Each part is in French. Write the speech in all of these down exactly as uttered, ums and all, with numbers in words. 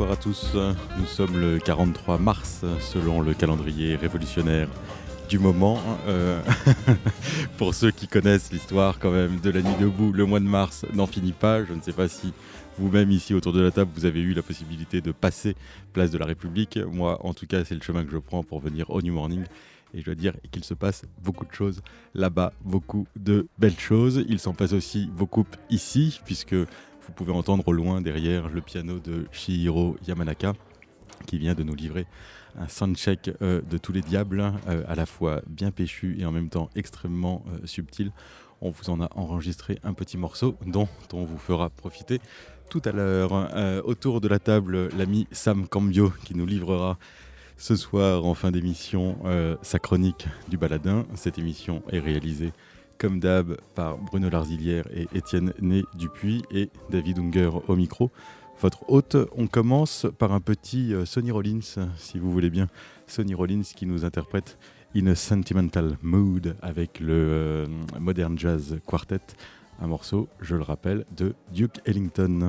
bonsoir à tous. Nous sommes le quarante-trois mars selon le calendrier révolutionnaire du moment. Euh, pour ceux qui connaissent l'histoire quand même de la Nuit debout, le mois de mars n'en finit pas. Je ne sais pas si vous-même ici autour de la table, vous avez eu la possibilité de passer place de la République. Moi, en tout cas, c'est le chemin que je prends pour venir au New Morning. Et je dois dire qu'il se passe beaucoup de choses là-bas, beaucoup de belles choses. Il s'en passe aussi beaucoup ici, puisque vous pouvez entendre au loin derrière le piano de Chihiro Yamanaka, qui vient de nous livrer un soundcheck euh, de tous les diables, euh, à la fois bien péchu et en même temps extrêmement euh, subtil. On vous en a enregistré un petit morceau dont on vous fera profiter tout à l'heure. Euh, autour de la table, l'ami Sam Cambio qui nous livrera ce soir, en fin d'émission, euh, sa chronique du baladin. Cette émission est réalisée, comme d'hab, par Bruno Larzilière et Étienne Né-Dupuis et David Unger au micro. Votre hôte, on commence par un petit euh, Sonny Rollins, si vous voulez bien. Sonny Rollins qui nous interprète In a Sentimental Mood avec le euh, Modern Jazz Quartet. Un morceau, je le rappelle, de Duke Ellington.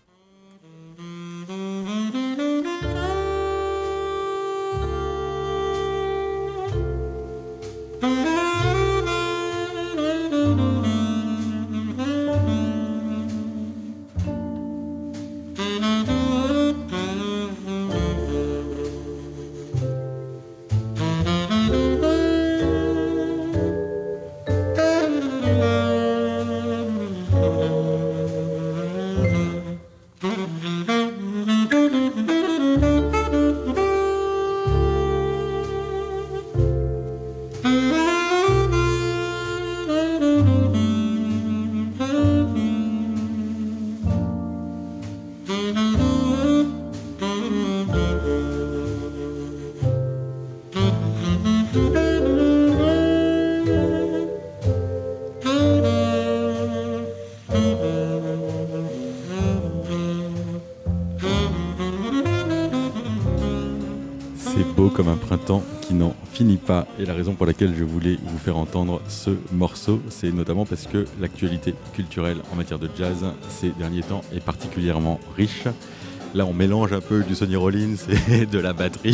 Comme un printemps qui n'en finit pas. Et la raison pour laquelle je voulais vous faire entendre ce morceau, c'est notamment parce que l'actualité culturelle en matière de jazz ces derniers temps est particulièrement riche. Là, on mélange un peu du Sonny Rollins et de la batterie.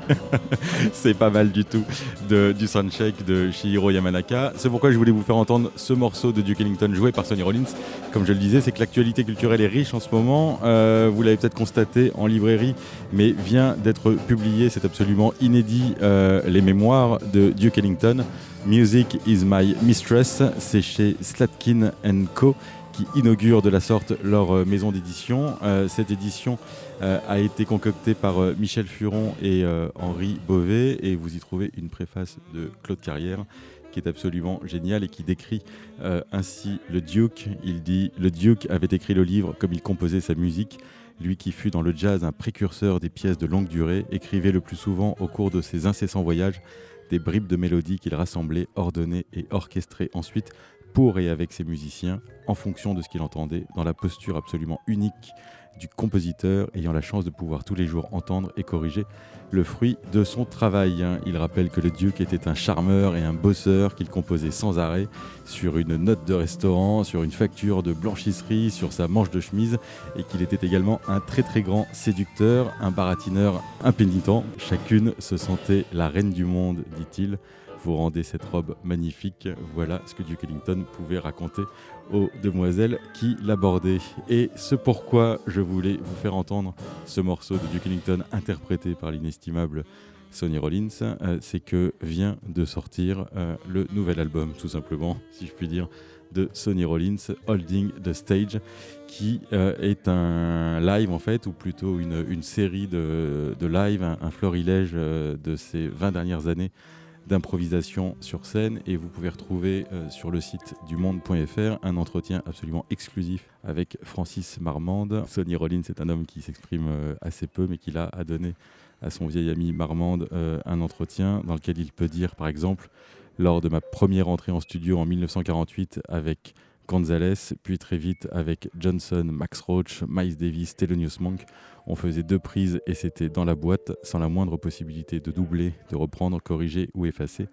C'est pas mal du tout de, du soundcheck de Chihiro Yamanaka. C'est pourquoi je voulais vous faire entendre ce morceau de Duke Ellington joué par Sonny Rollins. Comme je le disais, c'est que l'actualité culturelle est riche en ce moment. Euh, vous l'avez peut-être constaté en librairie, mais vient d'être publié, c'est absolument inédit, euh, les mémoires de Duke Ellington. Music is my mistress, c'est chez Slatkin and Co, qui inaugure de la sorte leur euh, maison d'édition. Euh, cette édition euh, a été concoctée par euh, Michel Furon et euh, Henri Beauvais, et vous y trouvez une préface de Claude Carrière qui est absolument géniale et qui décrit euh, ainsi le Duke. Il dit « Le Duke avait écrit le livre comme il composait sa musique. Lui qui fut dans le jazz un précurseur des pièces de longue durée, écrivait le plus souvent au cours de ses incessants voyages des bribes de mélodies qu'il rassemblait, ordonnait et orchestrait ensuite pour et avec ses musiciens, en fonction de ce qu'il entendait, dans la posture absolument unique du compositeur, ayant la chance de pouvoir tous les jours entendre et corriger le fruit de son travail. Il rappelle que le Duke était un charmeur et un bosseur, qu'il composait sans arrêt sur une note de restaurant, sur une facture de blanchisserie, sur sa manche de chemise, et qu'il était également un très très grand séducteur, un baratineur impénitent. Chacune se sentait la reine du monde, dit-il. Vous rendez cette robe magnifique. Voilà ce que Duke Ellington pouvait raconter aux demoiselles qui l'abordaient. Et ce pourquoi je voulais vous faire entendre ce morceau de Duke Ellington interprété par l'inestimable Sonny Rollins, euh, c'est que vient de sortir euh, le nouvel album, tout simplement, si je puis dire, de Sonny Rollins, Holding the Stage, qui euh, est un live en fait, ou plutôt une, une série de, de live, un, un florilège euh, de ces vingt dernières années d'improvisation sur scène, et vous pouvez retrouver euh, sur le site du monde point f r un entretien absolument exclusif avec Francis Marmande. Sonny Rollins est un homme qui s'exprime euh, assez peu, mais qui là a donné à son vieil ami Marmande euh, un entretien dans lequel il peut dire, par exemple, lors de ma première entrée en studio en dix-neuf cent quarante-huit avec Gonzalez, puis très vite avec Johnson, Max Roach, Miles Davis, Thelonious Monk, on faisait deux prises et c'était dans la boîte, sans la moindre possibilité de doubler, de reprendre, corriger ou effacer.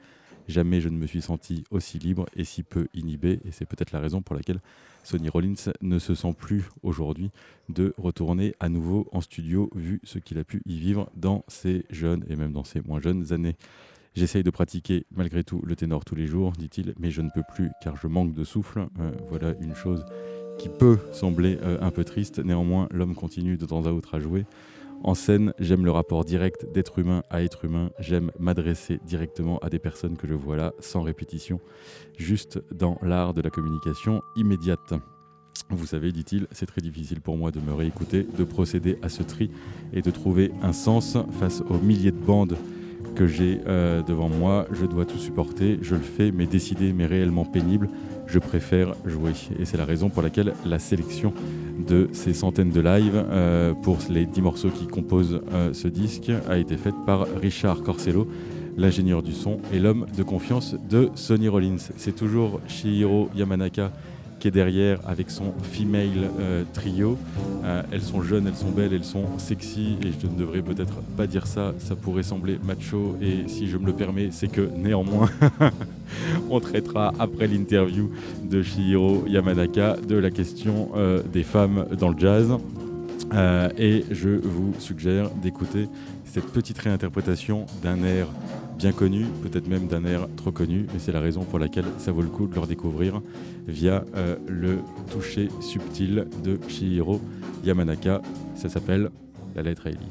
Jamais je ne me suis senti aussi libre et si peu inhibé. Et c'est peut-être la raison pour laquelle Sonny Rollins ne se sent plus aujourd'hui de retourner à nouveau en studio, vu ce qu'il a pu y vivre dans ses jeunes et même dans ses moins jeunes années. J'essaye de pratiquer malgré tout le ténor tous les jours, dit-il, mais je ne peux plus car je manque de souffle. Euh, voilà une chose qui peut sembler euh, un peu triste. Néanmoins, l'homme continue de temps à autre à jouer. En scène, j'aime le rapport direct d'être humain à être humain. J'aime m'adresser directement à des personnes que je vois là, sans répétition, juste dans l'art de la communication immédiate. Vous savez, dit-il, c'est très difficile pour moi de me réécouter, de procéder à ce tri et de trouver un sens face aux milliers de bandes que j'ai euh, devant moi. Je dois tout supporter, je le fais, mais décider, mais réellement pénible, je préfère jouer. Et c'est la raison pour laquelle la sélection de ces centaines de lives euh, pour les dix morceaux qui composent euh, ce disque a été faite par Richard Corsello, l'ingénieur du son et l'homme de confiance de Sonny Rollins. C'est toujours Chihiro Yamanaka qui est derrière avec son female euh, trio. Euh, elles sont jeunes, elles sont belles, elles sont sexy et je ne devrais peut-être pas dire ça, ça pourrait sembler macho et si je me le permets, c'est que néanmoins on traitera après l'interview de Chihiro Yamanaka de la question euh, des femmes dans le jazz. Euh, et je vous suggère d'écouter cette petite réinterprétation d'un air bien connu, peut-être même d'un air trop connu, mais c'est la raison pour laquelle ça vaut le coup de le redécouvrir via euh, le toucher subtil de Chihiro Yamanaka. Ça s'appelle La lettre à Élise.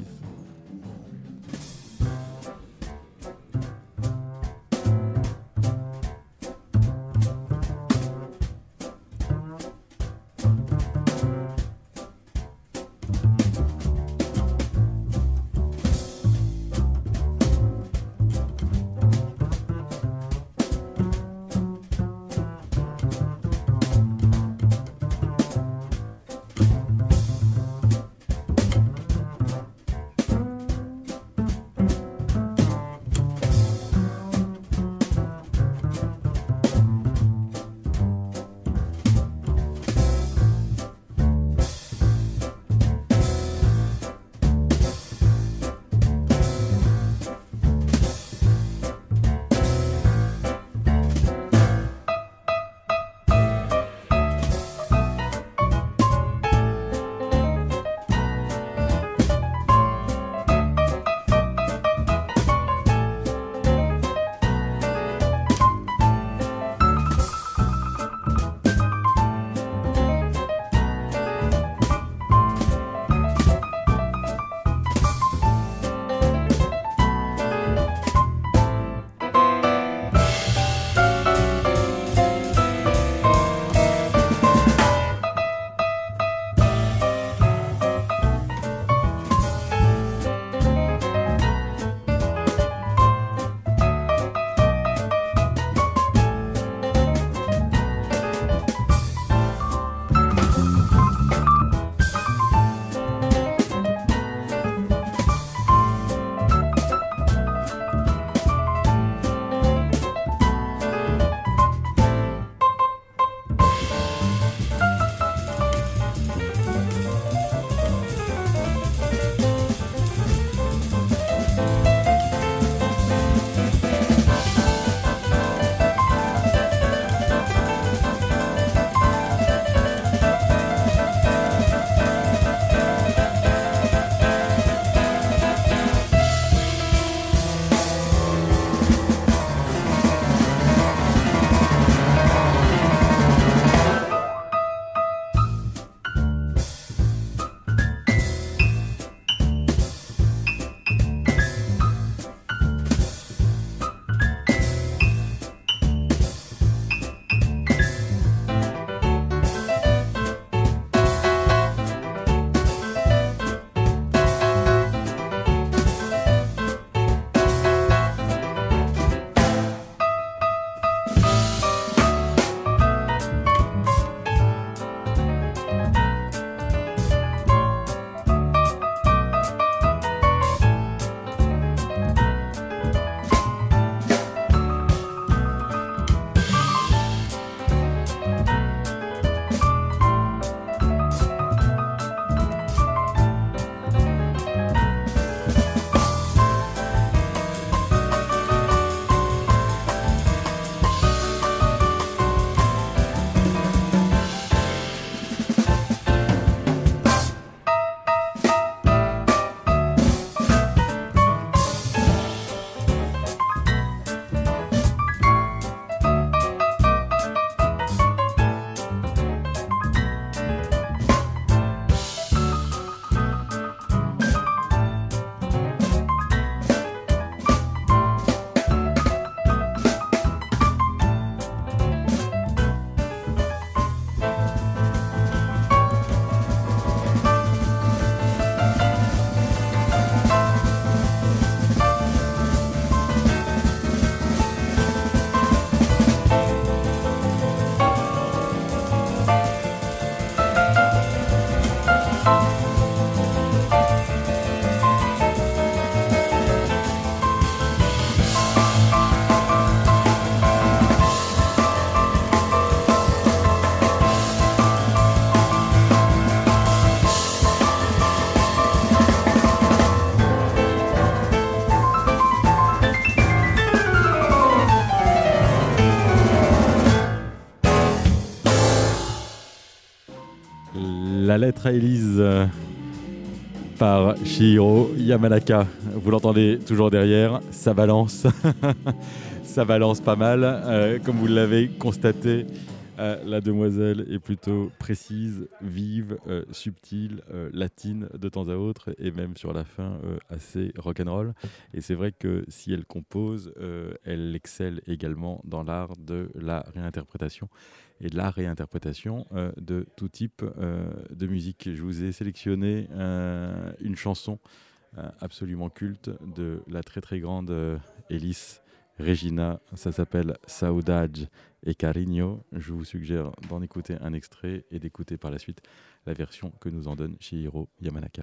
La lettre à Élise euh, par Chihiro Yamanaka. Vous l'entendez toujours derrière, ça balance. Ça balance pas mal. Euh, comme vous l'avez constaté, euh, la demoiselle est plutôt précise, vive, euh, subtile, euh, latine de temps à autre, et même sur la fin euh, assez rock'n'roll. Et c'est vrai que si elle compose, euh, elle excelle également dans l'art de la réinterprétation et de la réinterprétation euh, de tout type euh, de musique. Je vous ai sélectionné euh, une chanson euh, absolument culte de la très très grande euh, Elis Regina. Ça s'appelle Saudade et Carinho. Je vous suggère d'en écouter un extrait et d'écouter par la suite la version que nous en donne Chihiro Yamanaka.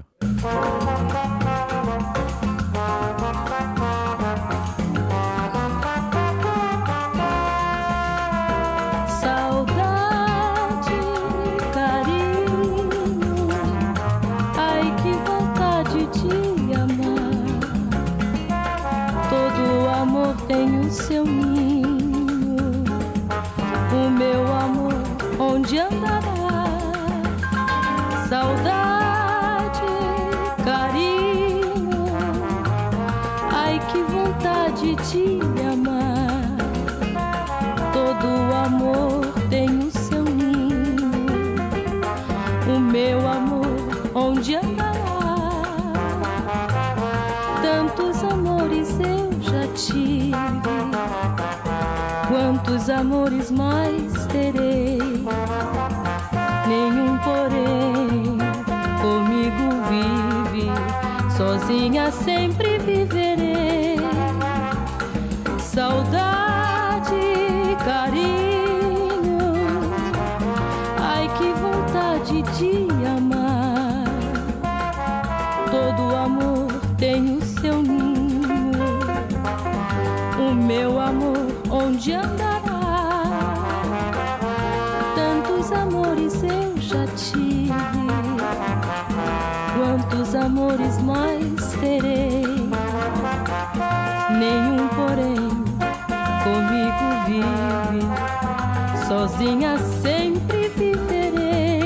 Tem o seu ninho, o meu amor onde andará? Saudade, carinho, ai que vontade de amar. Todo amor tem o seu ninho, o meu amor onde andará? Tantos amores eu já tive, quantos amores mais terei? Nenhum, porém, comigo vive, sozinha sempre viverei. Saudade, carinho, ai que vontade de amar. Todo amor tem o seu ninho, o meu amor onde andará? Tantos amores eu já tive, quantos amores mais terei? Nenhum, porém, comigo vive, sozinha sempre viverei.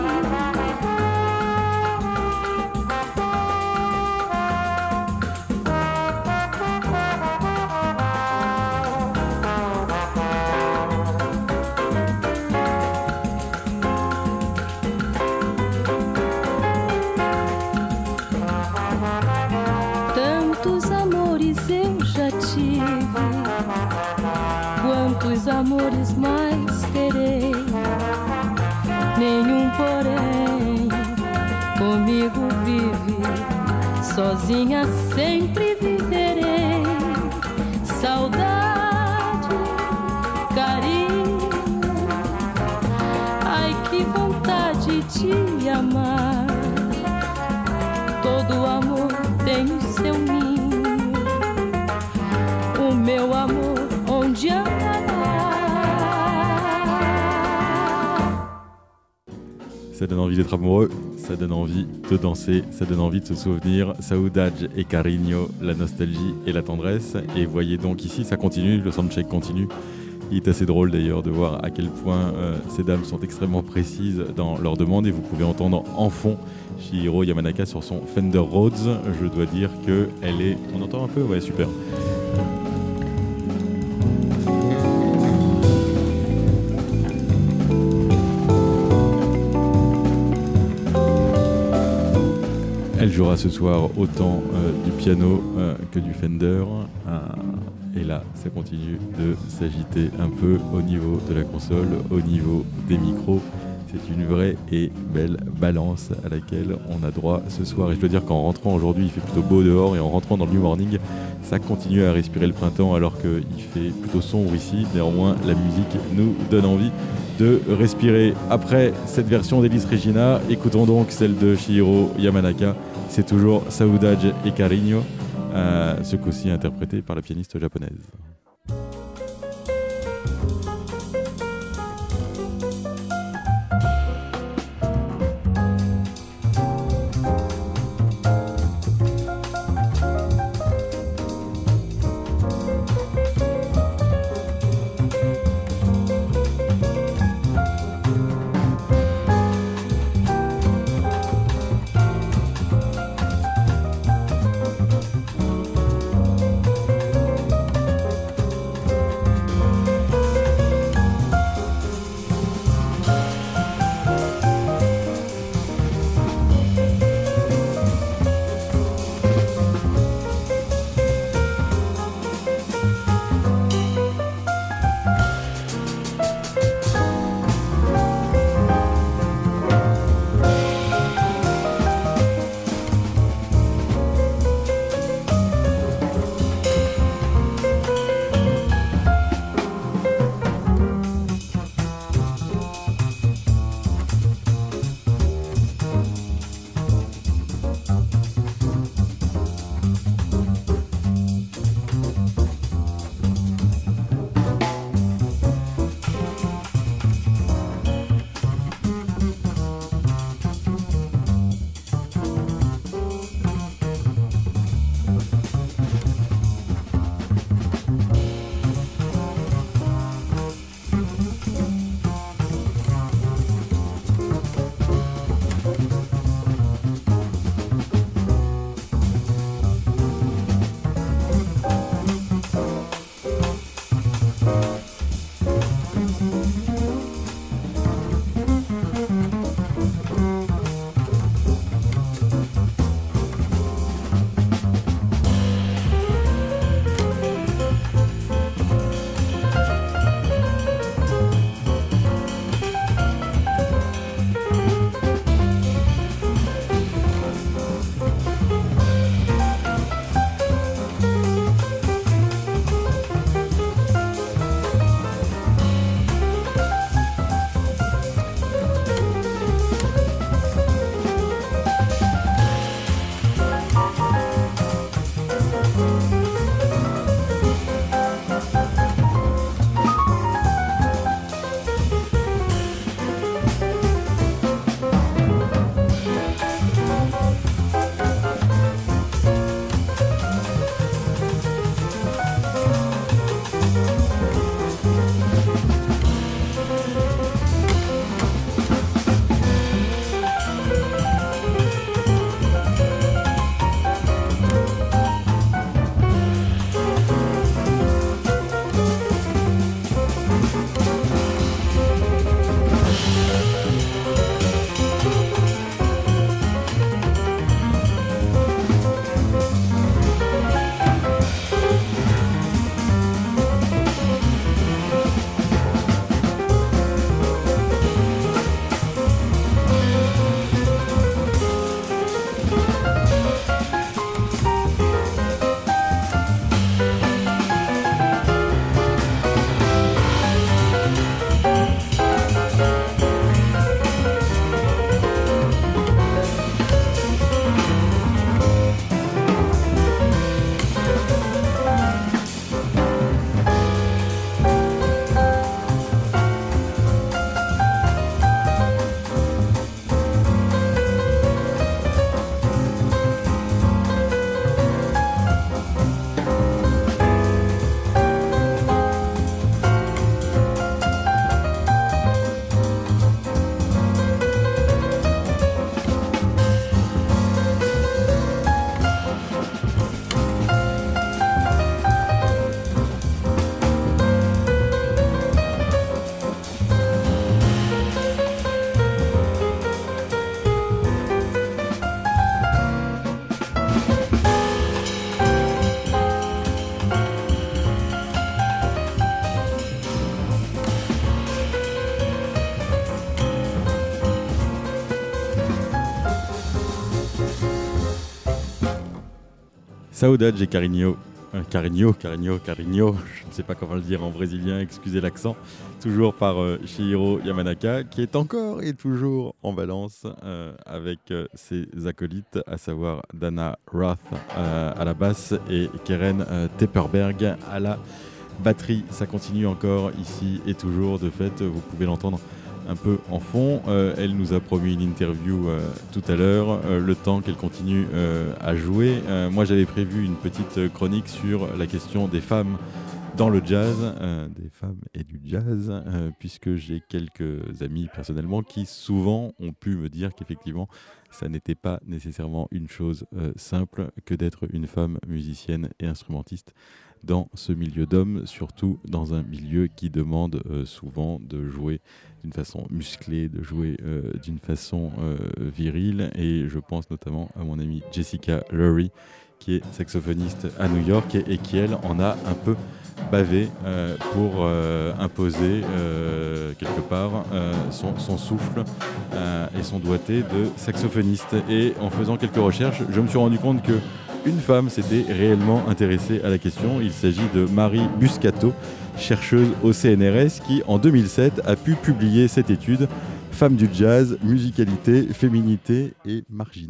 Quantos amores mais terei? Nenhum, porém, comigo vive, sozinha sempre viverei. Saudade, carinho, ai que vontade de amar. Todo amor tem o seu ninho, o meu amor onde andará? Ça donne envie d'être amoureux, ça donne envie de danser, ça donne envie de se souvenir. Saudade et Carinho, la nostalgie et la tendresse. Et voyez donc ici, ça continue, le soundcheck continue. Il est assez drôle d'ailleurs de voir à quel point euh, ces dames sont extrêmement précises dans leurs demandes. Et vous pouvez entendre en fond Chihiro Yamanaka sur son Fender Rhodes. Je dois dire qu'elle est... On entend un peu? Ouais, super. Elle jouera ce soir autant euh, du piano euh, que du Fender. Euh, et là, ça continue de s'agiter un peu au niveau de la console, au niveau des micros. C'est une vraie et belle balance à laquelle on a droit ce soir. Et je dois dire qu'en rentrant aujourd'hui, il fait plutôt beau dehors. Et en rentrant dans le New Morning, ça continue à respirer le printemps alors qu'il fait plutôt sombre ici. Néanmoins, la musique nous donne envie de respirer. Après cette version d'Elis Regina, écoutons donc celle de Chihiro Yamanaka. C'est toujours Saudade et Carinho, euh, ce coup-ci interprété par la pianiste japonaise. Saudade et Carinho. Euh, Carinho, Carinho, Carinho, je ne sais pas comment le dire en brésilien, excusez l'accent, toujours par euh, Chihiro Yamanaka, qui est encore et toujours en balance euh, avec euh, ses acolytes, à savoir Dana Roth euh, à la basse et Keren euh, Tepperberg à la batterie. Ça continue encore ici et toujours, de fait, vous pouvez l'entendre un peu en fond. Euh, elle nous a promis une interview euh, tout à l'heure, euh, le temps qu'elle continue euh, à jouer. Euh, moi, j'avais prévu une petite chronique sur la question des femmes dans le jazz, euh, des femmes et du jazz, euh, puisque j'ai quelques amis personnellement qui souvent ont pu me dire qu'effectivement, ça n'était pas nécessairement une chose euh, simple que d'être une femme musicienne et instrumentiste dans ce milieu d'hommes, surtout dans un milieu qui demande euh, souvent de jouer d'une façon musclée, de jouer euh, d'une façon euh, virile. Et je pense notamment à mon amie Jessica Lurie, qui est saxophoniste à New York et, et qui, elle, en a un peu bavé euh, pour euh, imposer euh, quelque part euh, son, son souffle euh, et son doigté de saxophoniste. Et en faisant quelques recherches, je me suis rendu compte que une femme s'était réellement intéressée à la question. Il s'agit de Marie Buscato, chercheuse au C N R S, qui en deux mille sept a pu publier cette étude « Femmes du jazz, musicalité, féminité et marginalité ».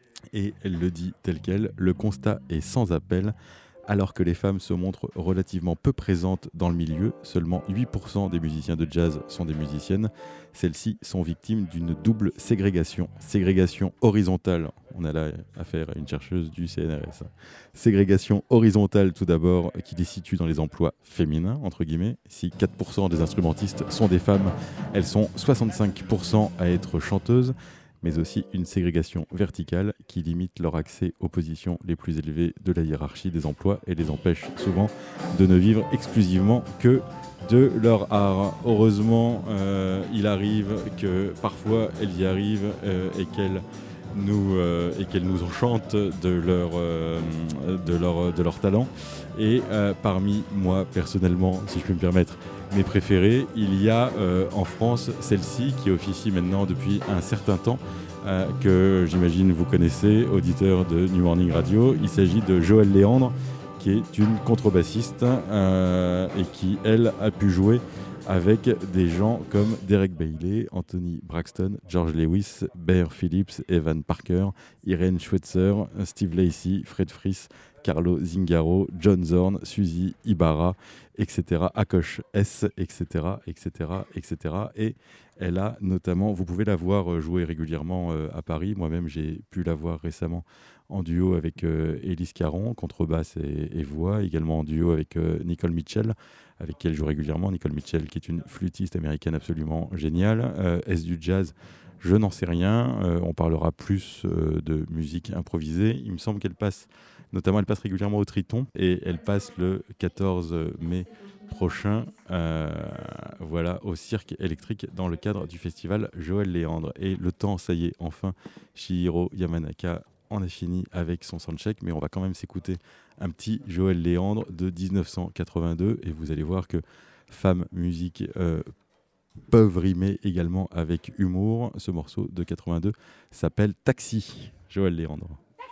Et elle le dit tel quel, le constat est sans appel. Alors que les femmes se montrent relativement peu présentes dans le milieu, seulement huit pour cent des musiciens de jazz sont des musiciennes. Celles-ci sont victimes d'une double ségrégation. Ségrégation horizontale, on a là affaire à une chercheuse du C N R S. Ségrégation horizontale tout d'abord, qui les situe dans les emplois féminins, entre guillemets. Si quatre pour cent des instrumentistes sont des femmes, elles sont soixante-cinq pour cent à être chanteuses, mais aussi une ségrégation verticale qui limite leur accès aux positions les plus élevées de la hiérarchie des emplois et les empêche souvent de ne vivre exclusivement que de leur art. Heureusement, euh, il arrive que parfois elles y arrivent euh, et qu'elles nous, euh, et qu'elles nous enchantent de leur, euh, de leur, de leur talent. Et euh, parmi moi, personnellement, si je peux me permettre, mes préférés, il y a euh, en France celle-ci qui officie maintenant depuis un certain temps, euh, que j'imagine vous connaissez, auditeur de New Morning Radio. Il s'agit de Joëlle Léandre, qui est une contrebassiste euh, et qui, elle, a pu jouer avec des gens comme Derek Bailey, Anthony Braxton, George Lewis, Bear Phillips, Evan Parker, Irene Schweitzer, Steve Lacy, Fred Fries, Carlo Zingaro, John Zorn, Suzy Ibarra, et cetera, Akosh S, et cetera, et cetera, et cetera. Et elle a notamment, vous pouvez la voir jouer régulièrement euh, à Paris. Moi-même, j'ai pu la voir récemment en duo avec euh, Élise Caron, contrebasse et, et voix, également en duo avec euh, Nicole Mitchell, avec qui elle joue régulièrement. Nicole Mitchell, qui est une flûtiste américaine absolument géniale. Euh, est-ce du jazz ? Je n'en sais rien. Euh, on parlera plus euh, de musique improvisée. Il me semble qu'elle passe, notamment, elle passe régulièrement au Triton et elle passe le quatorze mai prochain, euh, voilà, au Cirque électrique dans le cadre du festival Joëlle Léandre. Et le temps, ça y est, enfin, Chihiro Yamanaka en a fini avec son soundcheck, mais on va quand même s'écouter un petit Joëlle Léandre de dix-neuf cent quatre-vingt-deux et vous allez voir que femme, musique euh, peuvent rimer également avec humour. Ce morceau de quatre-vingt-deux s'appelle Taxi. Joëlle Léandre.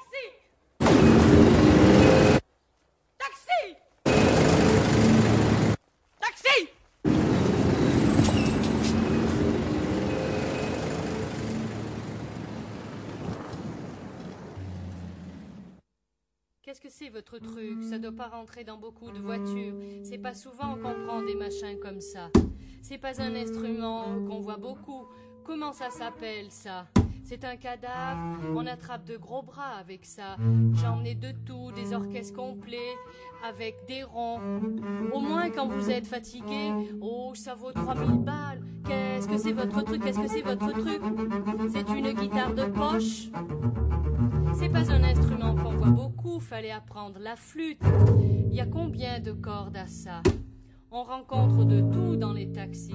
Taxi. Taxi. Qu'est-ce que c'est votre truc? Ça doit pas rentrer dans beaucoup de voitures. C'est pas souvent qu'on prend des machins comme ça. C'est pas un instrument qu'on voit beaucoup. Comment ça s'appelle ça? C'est un cadavre, on attrape de gros bras avec ça. J'en ai de tout, des orchestres complets, avec des ronds. Au moins quand vous êtes fatigué, oh ça vaut trois mille balles. Qu'est-ce que c'est votre truc? Qu'est-ce que c'est votre truc? C'est une guitare de poche. C'est pas un instrument qu'on voit beaucoup, fallait apprendre la flûte. Y a combien de cordes à ça? On rencontre de tout dans les taxis.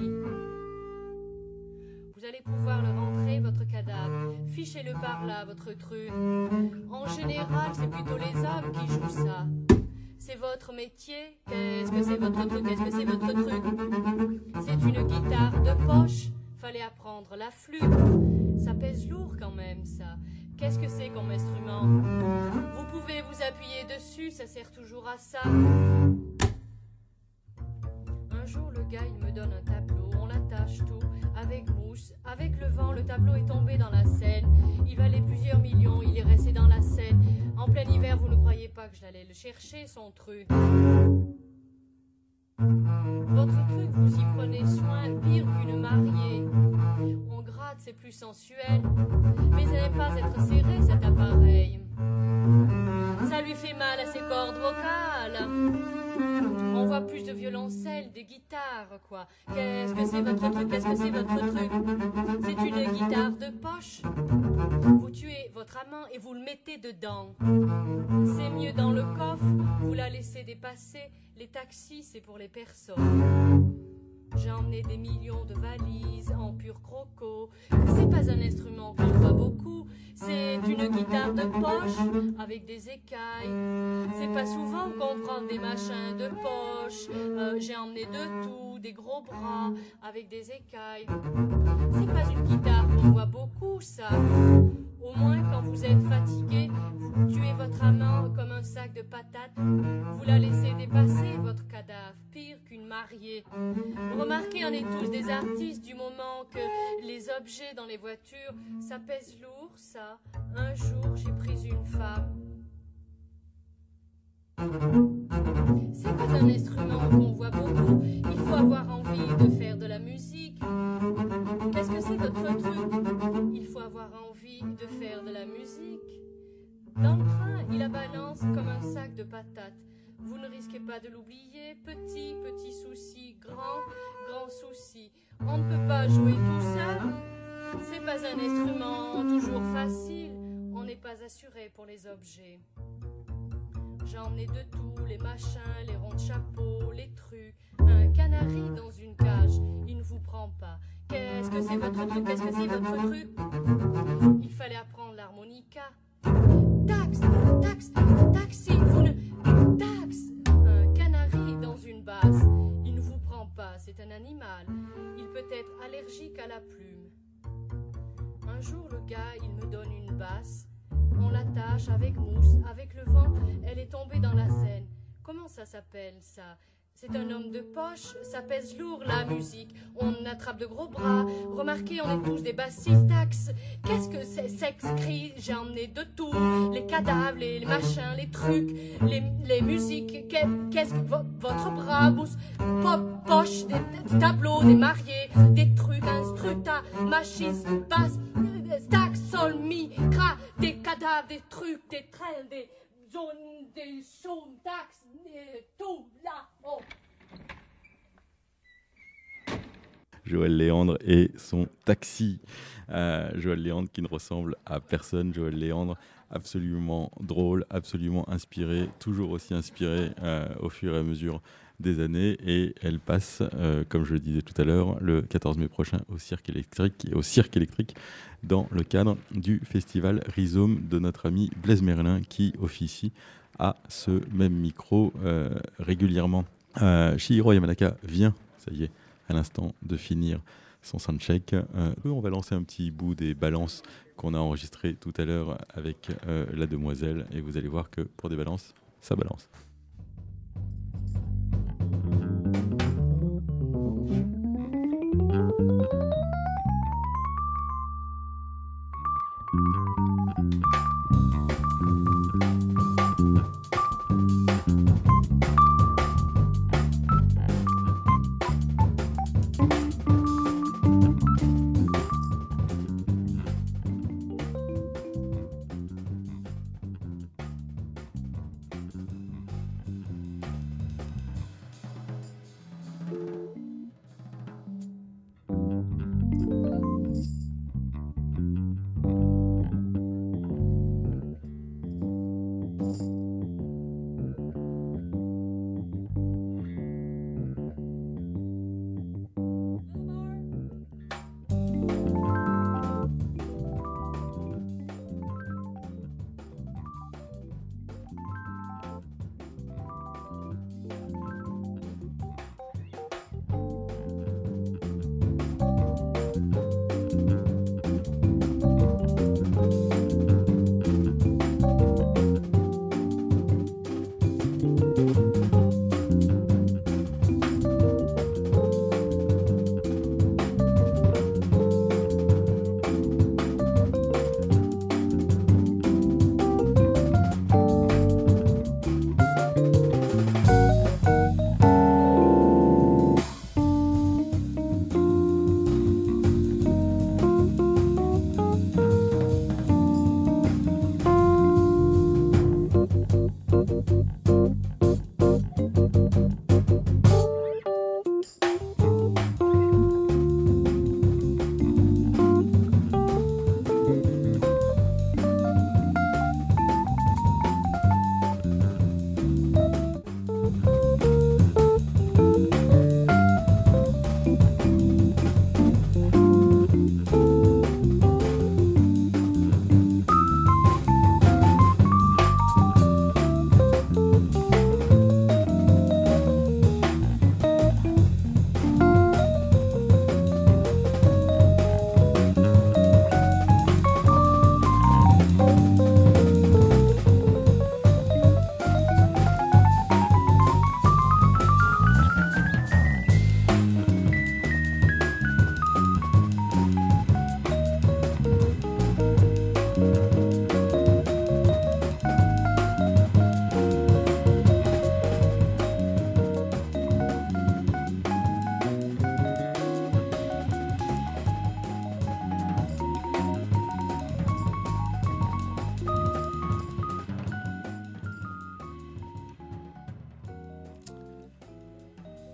Vous allez pouvoir le rentrer, votre cadavre. Fichez-le par là, votre truc. En général, c'est plutôt les hommes qui jouent ça. C'est votre métier? Qu'est-ce que c'est votre truc? Qu'est-ce que c'est votre truc? C'est une guitare de poche. Fallait apprendre la flûte. Ça pèse lourd quand même, ça. Qu'est-ce que c'est comme instrument? Vous pouvez vous appuyez dessus, ça sert toujours à ça. Un jour, le gars, il me donne un tableau, on l'attache tout, avec mousse, avec le vent, le tableau est tombé dans la Seine. Il valait plusieurs millions, il est resté dans la Seine. En plein hiver, vous ne croyez pas que j'allais le chercher, son truc. Votre truc, vous y prenez soin, pire qu'une mariée. On gratte, c'est plus sensuel, mais elle n'aime pas être serrée, cet appareil. Ça lui fait mal à ses cordes vocales. On voit plus de violoncelle, des guitares, quoi. Qu'est-ce que c'est votre truc? Qu'est-ce que c'est votre truc? C'est une guitare de poche. Vous tuez votre amant et vous le mettez dedans. C'est mieux dans le coffre, vous la laissez dépasser. Les taxis, c'est pour les personnes. J'ai emmené des millions de valises en pur croco. C'est pas un instrument qu'on voit beaucoup. C'est une guitare de poche avec des écailles. C'est pas souvent qu'on prend des machins de poche. Euh, j'ai emmené de tout, des gros bras avec des écailles. C'est pas une guitare qu'on voit beaucoup, ça. Au moins, quand vous êtes fatigué, vous tuez votre amant comme un sac de patates. Vous la laissez dépasser, votre cadavre, pire qu'une mariée. Remarquez, on est tous des artistes du moment que les objets dans les voitures, ça pèse lourd, ça. Un jour, j'ai pris une femme. C'est pas un instrument qu'on voit beaucoup. Il faut avoir envie de faire de la musique. Qu'est-ce que c'est votre truc? Il faut avoir envie de faire de la musique. Dans le train, il la balance comme un sac de patates. Vous ne risquez pas de l'oublier. Petit, petit souci, grand, grand souci. On ne peut pas jouer tout seul. C'est pas un instrument toujours facile. On n'est pas assuré pour les objets. J'ai emmené de tout, les machins, les ronds de chapeau, les trucs. Un canari dans une cage, il ne vous prend pas. Qu'est-ce que c'est votre truc? Qu'est-ce que c'est votre truc? Il fallait apprendre l'harmonica. Taxe, taxe, taxi, vous ne... Taxe. Un canari dans une basse, il ne vous prend pas, c'est un animal. Il peut être allergique à la plume. Un jour, le gars, il me donne une basse. On l'attache avec mousse, avec le vent, elle est tombée dans la Seine. Comment ça s'appelle, ça? C'est un homme de poche, ça pèse lourd, la musique. On attrape de gros bras. Remarquez, on est tous des bassistes. Taxe. Qu'est-ce que c'est? Sexe, cri, j'ai emmené de tout. Les cadavres, les, les machins, les trucs, les, les musiques. Qu'est-ce que vo- votre bras, mousse, pop, poche, des, des tableaux, des mariés, des trucs, instruta, machiste, basse, taxe, sol, mi, cra, des cadavres, des trucs, des trains, des zones, des zones, taxe, tout là-haut. Joël Léandre et son taxi. Euh, Joël Léandre qui ne ressemble à personne. Joël Léandre, absolument drôle, absolument inspiré, toujours aussi inspiré euh, au fur et à mesure des années. Et elle passe, euh, comme je le disais tout à l'heure, le quatorze mai prochain au Cirque électrique, au Cirque électrique dans le cadre du festival Rhizome de notre ami Blaise Merlin qui officie à ce même micro euh, régulièrement. Euh, Chihiro Yamanaka vient, ça y est, à l'instant de finir son soundcheck. Euh, on va lancer un petit bout des balances qu'on a enregistrées tout à l'heure avec euh, la demoiselle et vous allez voir que pour des balances, ça balance.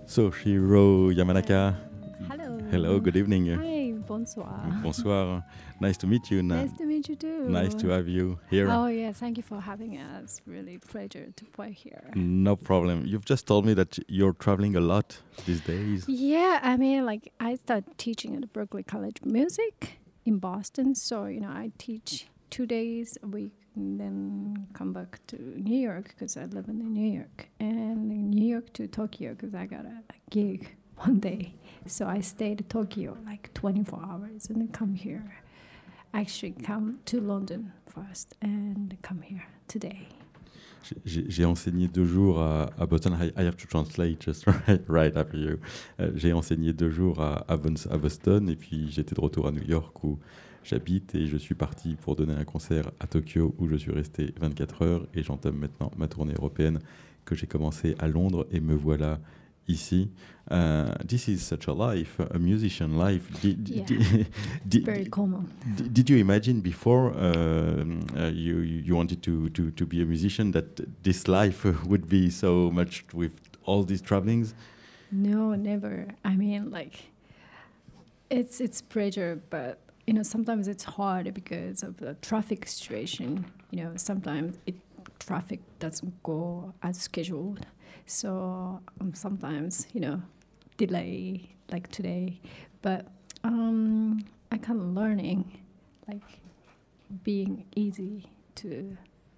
Soshiro Yamanaka. Hello. Hello, good evening. Hi, bonsoir. Bonsoir. Nice to meet you. Nice to meet you too. Nice to have you here. Oh yeah, thank you for having us. Really pleasure to play here. No problem. You've just told me that you're traveling a lot these days. Yeah, I mean, like I started teaching at Berklee College of Music in Boston. So you know, I teach two days a week and then come back to New York because I live in New York, and in New York to Tokyo because I got a, a gig one day. So I stayed in Tokyo like twenty-four hours and then come here. Actually come to London first and come here today. J'ai, j'ai enseigné deux jours à, à Boston. I, I have to translate just right, right after you. Euh, j'ai enseigné deux jours à, à, Bon, à Boston et puis j'étais de retour à New York où j'habite et je suis parti pour donner un concert à Tokyo où je suis resté vingt-quatre heures et j'entame maintenant ma tournée européenne que j'ai commencé à Londres et me voilà ici. Uh, this is such a life, a musician life. Did, yeah, did, did, very common. Did, did you imagine before uh, uh, you you wanted to, to, to be a musician that this life would be so much with all these travelings? No, never. I mean, like, it's it's pressure, but you know sometimes it's hard because of the traffic situation. You know, sometimes it traffic doesn't go as scheduled. So um, sometimes, you know, delay like today, but um, I kind of learning, like being easy to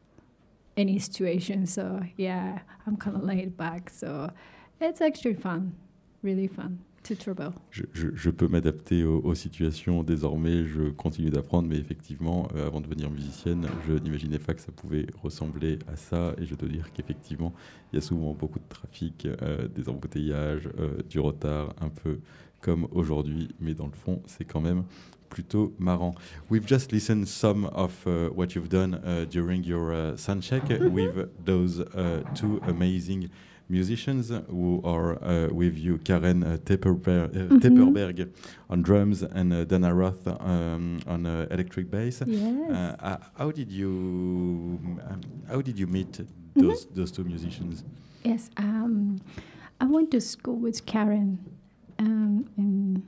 any situation. So yeah, I'm kind of laid back. So it's actually fun, really fun to travel. Je, je, je peux m'adapter aux, aux situations désormais. Je continue d'apprendre, mais effectivement, euh, avant de devenir musicienne, je n'imaginais pas que ça pouvait ressembler à ça. Et je dois dire qu'effectivement, il y a souvent beaucoup de trafic, euh, des embouteillages, euh, du retard, un peu comme aujourd'hui. Mais dans le fond, c'est quand même plutôt marrant. We've just listened some of uh, what you've done uh, during your uh, soundcheck with those uh, two amazing musicians who are uh, with you, Karen uh, Tepperberg, uh, mm-hmm. Tepperberg on drums and uh, Dana Roth um, on uh, electric bass. Yes. Uh, how did you um, how did you meet those mm-hmm. those two musicians? Yes, um, I went to school with Karen um, in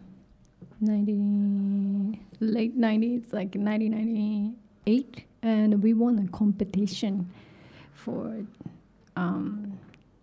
ninety late nineties, like nineteen ninety-eight, and we won a competition for. Um,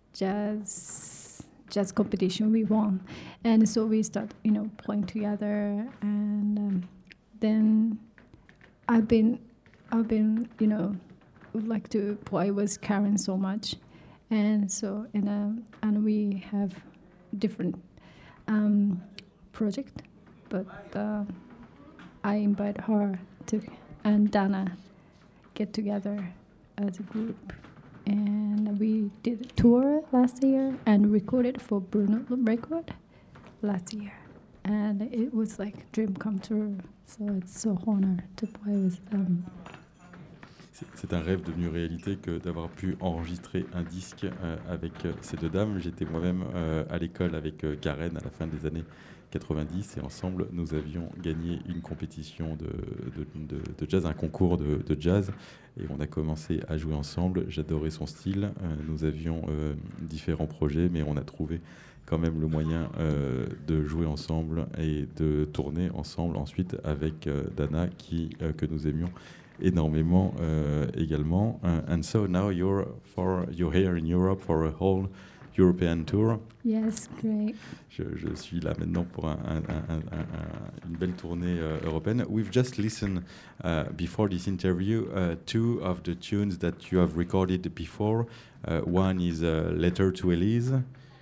jazz jazz competition we won, and so we start you know playing together, and um, then I've been I've been you know would like to play with Karen so much, and so and um, and we have different um, project, but uh, I invite her to and Dana get together as a group. And we did a tour last year and recorded for Bruno Record last year. And it was like a dream come true. So it's so honor to play with them. C'est, c'est un rêve devenu réalité que d'avoir pu enregistrer un disque euh, avec euh, ces deux dames. J'étais moi-même euh, à l'école avec euh, Karen à la fin des années quatre-vingt-dix et ensemble nous avions gagné une compétition de, de, de, de jazz, un concours de, de jazz et on a commencé à jouer ensemble. J'adorais son style, euh, nous avions euh, différents projets mais on a trouvé quand même le moyen euh, de jouer ensemble et de tourner ensemble ensuite avec euh, Dana qui, euh, que nous aimions énormément euh, également. Uh, and so now you're, for, you're here in Europe for a whole European tour. Yes, great. Je, je suis là maintenant pour un, un, un, un, une belle tournée euh, européenne. We've just listened uh, before this interview uh, two of the tunes that you have recorded before. Uh, one is uh, Letter to Elise.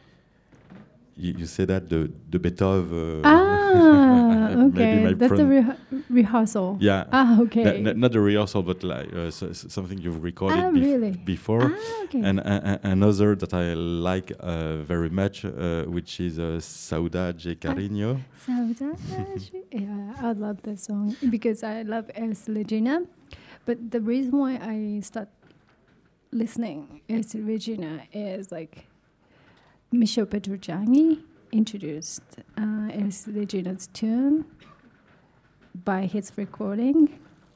You, you say that the the Beethoven. Uh, ah, okay. That's friend. a reha- rehearsal. Yeah. Ah, okay. N- n- not the rehearsal, but like uh, so, so something you've recorded ah, bef- really? before. Ah, okay. And uh, another that I like uh, very much, uh, which is uh, Saudade Carinho. Saudade. Yeah, I love that song because I love Elis Regina. But the reason why I start listening Elis Regina is like Michel Petrucciani introduced uh, Elis Regina's tune by his recording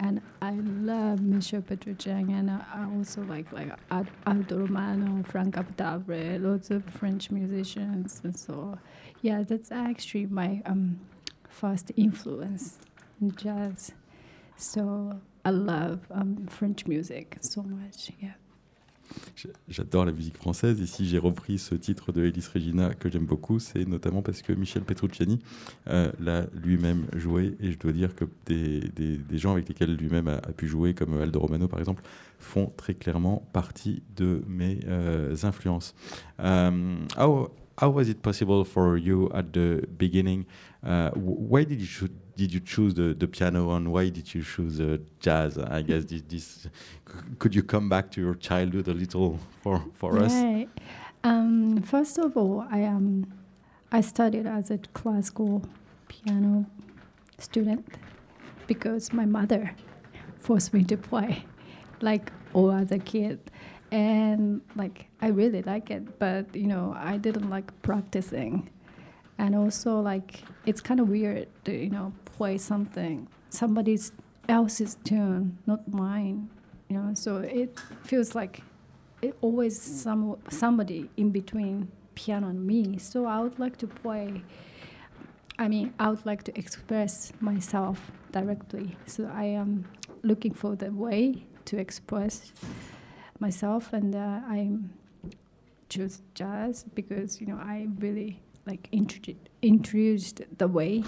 and I love Michel Petrucciani, and I I also like like Al- Aldo Romano, Frank Abdabre, lots of French musicians, and so yeah, that's actually my um, first influence in jazz. So I love um, French music so much. Yeah. J'adore la musique française et si j'ai repris ce titre de Elis Regina que j'aime beaucoup, c'est notamment parce que Michel Petrucciani euh, l'a lui-même joué et je dois dire que des, des, des gens avec lesquels lui-même a, a pu jouer, comme Aldo Romano par exemple, font très clairement partie de mes euh, influences. Um, how, how was it possible for you at the beginning? Uh, why did you cho- did you choose the, the piano and why did you choose uh, jazz? I guess this, this could you come back to your childhood a little for for us? Right. Um, first of all, I um, I studied as a classical piano student because my mother forced me to play, like all other kid, and like I really like it, but you know I didn't like practicing, and also like it's kind of weird to you know play something somebody else's tune, not mine, you know. So it feels like it always some somebody in between piano and me. So I would like to play. I mean, I would like to express myself directly. So I am looking for the way to express myself, and uh, I choose jazz because you know I really like introdu- introduced the way.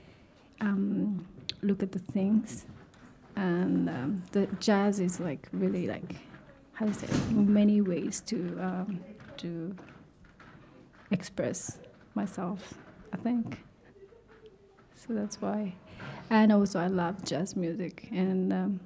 Um, look at the things, and um, the jazz is like really like how to say it, in many ways to um, to express myself, I think. So that's why, and also I love jazz music, and um,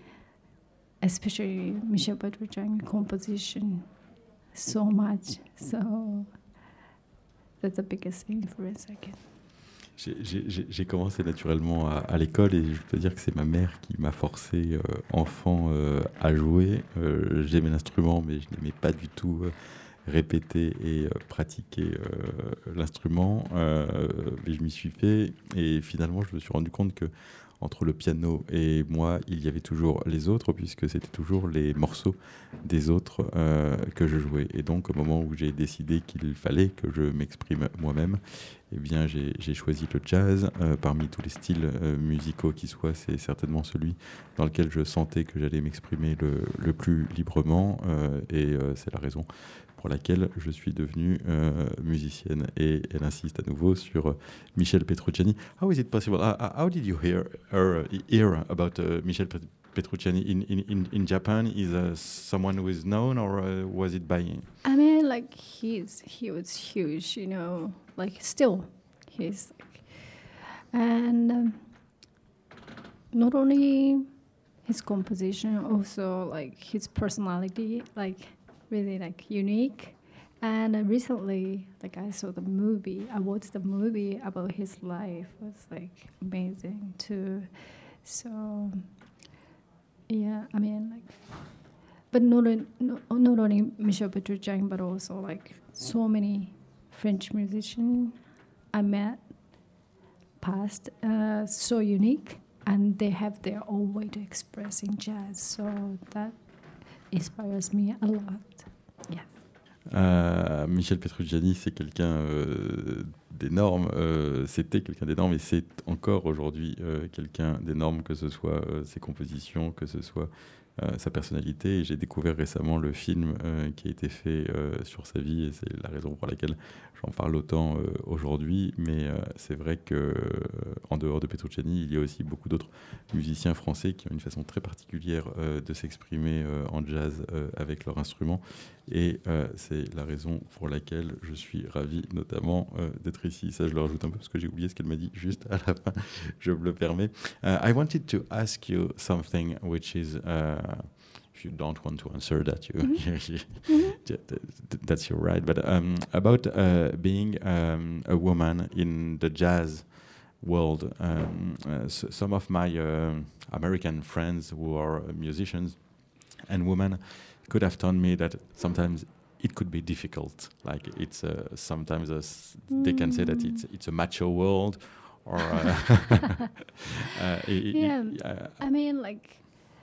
especially Michel Petrucciani composition so much. So that's the biggest influence I get. J'ai, j'ai, j'ai commencé naturellement à, à l'école et je peux dire que c'est ma mère qui m'a forcé euh, enfant euh, à jouer. Euh, j'aimais l'instrument mais je n'aimais pas du tout euh, répéter et euh, pratiquer euh, l'instrument. Euh, mais je m'y suis fait et finalement je me suis rendu compte que entre le piano et moi, il y avait toujours les autres, puisque c'était toujours les morceaux des autres euh, que je jouais. Et donc, au moment où j'ai décidé qu'il fallait que je m'exprime moi-même, eh bien, j'ai, j'ai choisi le jazz. Euh, parmi tous les styles euh, musicaux qui soient, c'est certainement celui dans lequel je sentais que j'allais m'exprimer le, le plus librement. Euh, et euh, c'est la raison pour laquelle je suis devenue euh, musicienne. Et elle insiste à nouveau sur euh, Michel Petrucciani. How is it possible? Uh, how did you hear, her, hear about uh, Michel Petrucciani in, in, in, in Japan? Is uh, someone who is known, or uh, was it by... I mean, like, he's he was huge, you know, like, still, he's like... And um, not only his composition, also, like, his personality, like... really like unique, and uh, recently like I saw the movie I watched the movie about his life. It was like amazing too. So yeah, I mean like, but not only, not, not only Michel Petrucciani but also like so many French musicians I met past, uh, so unique, and they have their own way to express in jazz, so that inspires me a lot. Yes. Euh, Michel Petrucciani, c'est quelqu'un euh, d'énorme. Euh, c'était quelqu'un d'énorme et c'est encore aujourd'hui euh, quelqu'un d'énorme, que ce soit euh, ses compositions, que ce soit euh, sa personnalité. Et j'ai découvert récemment le film euh, qui a été fait euh, sur sa vie et c'est la raison pour laquelle j'en parle autant euh, aujourd'hui. Mais euh, c'est vrai que euh, en dehors de Petrucciani, il y a aussi beaucoup d'autres musiciens français qui ont une façon très particulière euh, de s'exprimer euh, en jazz euh, avec leur instrument. Et euh, c'est la raison pour laquelle je suis ravi notamment euh, d'être ici. Ça, je le rajoute un peu parce que j'ai oublié ce qu'elle m'a dit juste à la fin. Je me le permets. Uh, I wanted to ask you something which is... Uh, if you don't want to answer that, you, Mm-hmm. Mm-hmm. that's your right. But um, about uh, being um, a woman in the jazz world, um, uh, so some of my uh, American friends who are musicians and women could have told me that sometimes it could be difficult. Like it's uh, sometimes a, they can say that it's it's a macho world, or uh, uh, Yeah, uh, I mean, like,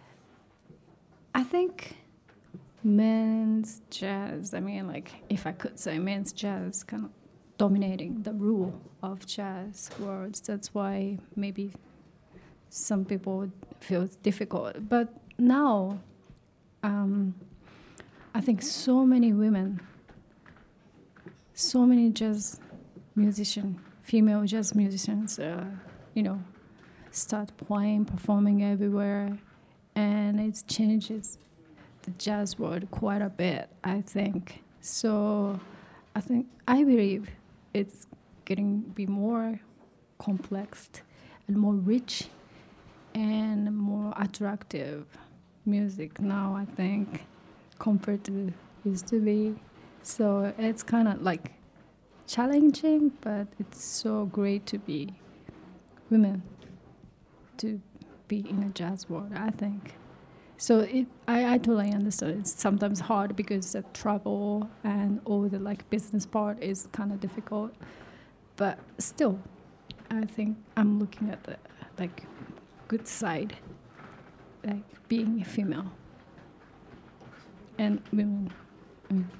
I think men's jazz, I mean, like, if I could say men's jazz kind of dominating the rule of jazz worlds. That's why maybe some people feel it's difficult. But now, um, I think so many women, so many jazz musicians, female jazz musicians, uh, you know, start playing, performing everywhere, and it changes the jazz world quite a bit, I think. So I think, I believe it's getting be more complex and more rich and more attractive music now, I think, compared to used to be. So it's kind of like challenging, but it's so great to be women, to be in a jazz world, I think. So it, I, I totally understand. It's sometimes hard because the travel and all the like business part is kind of difficult. But still, I think I'm looking at the like good side, like being a female and women. I mean.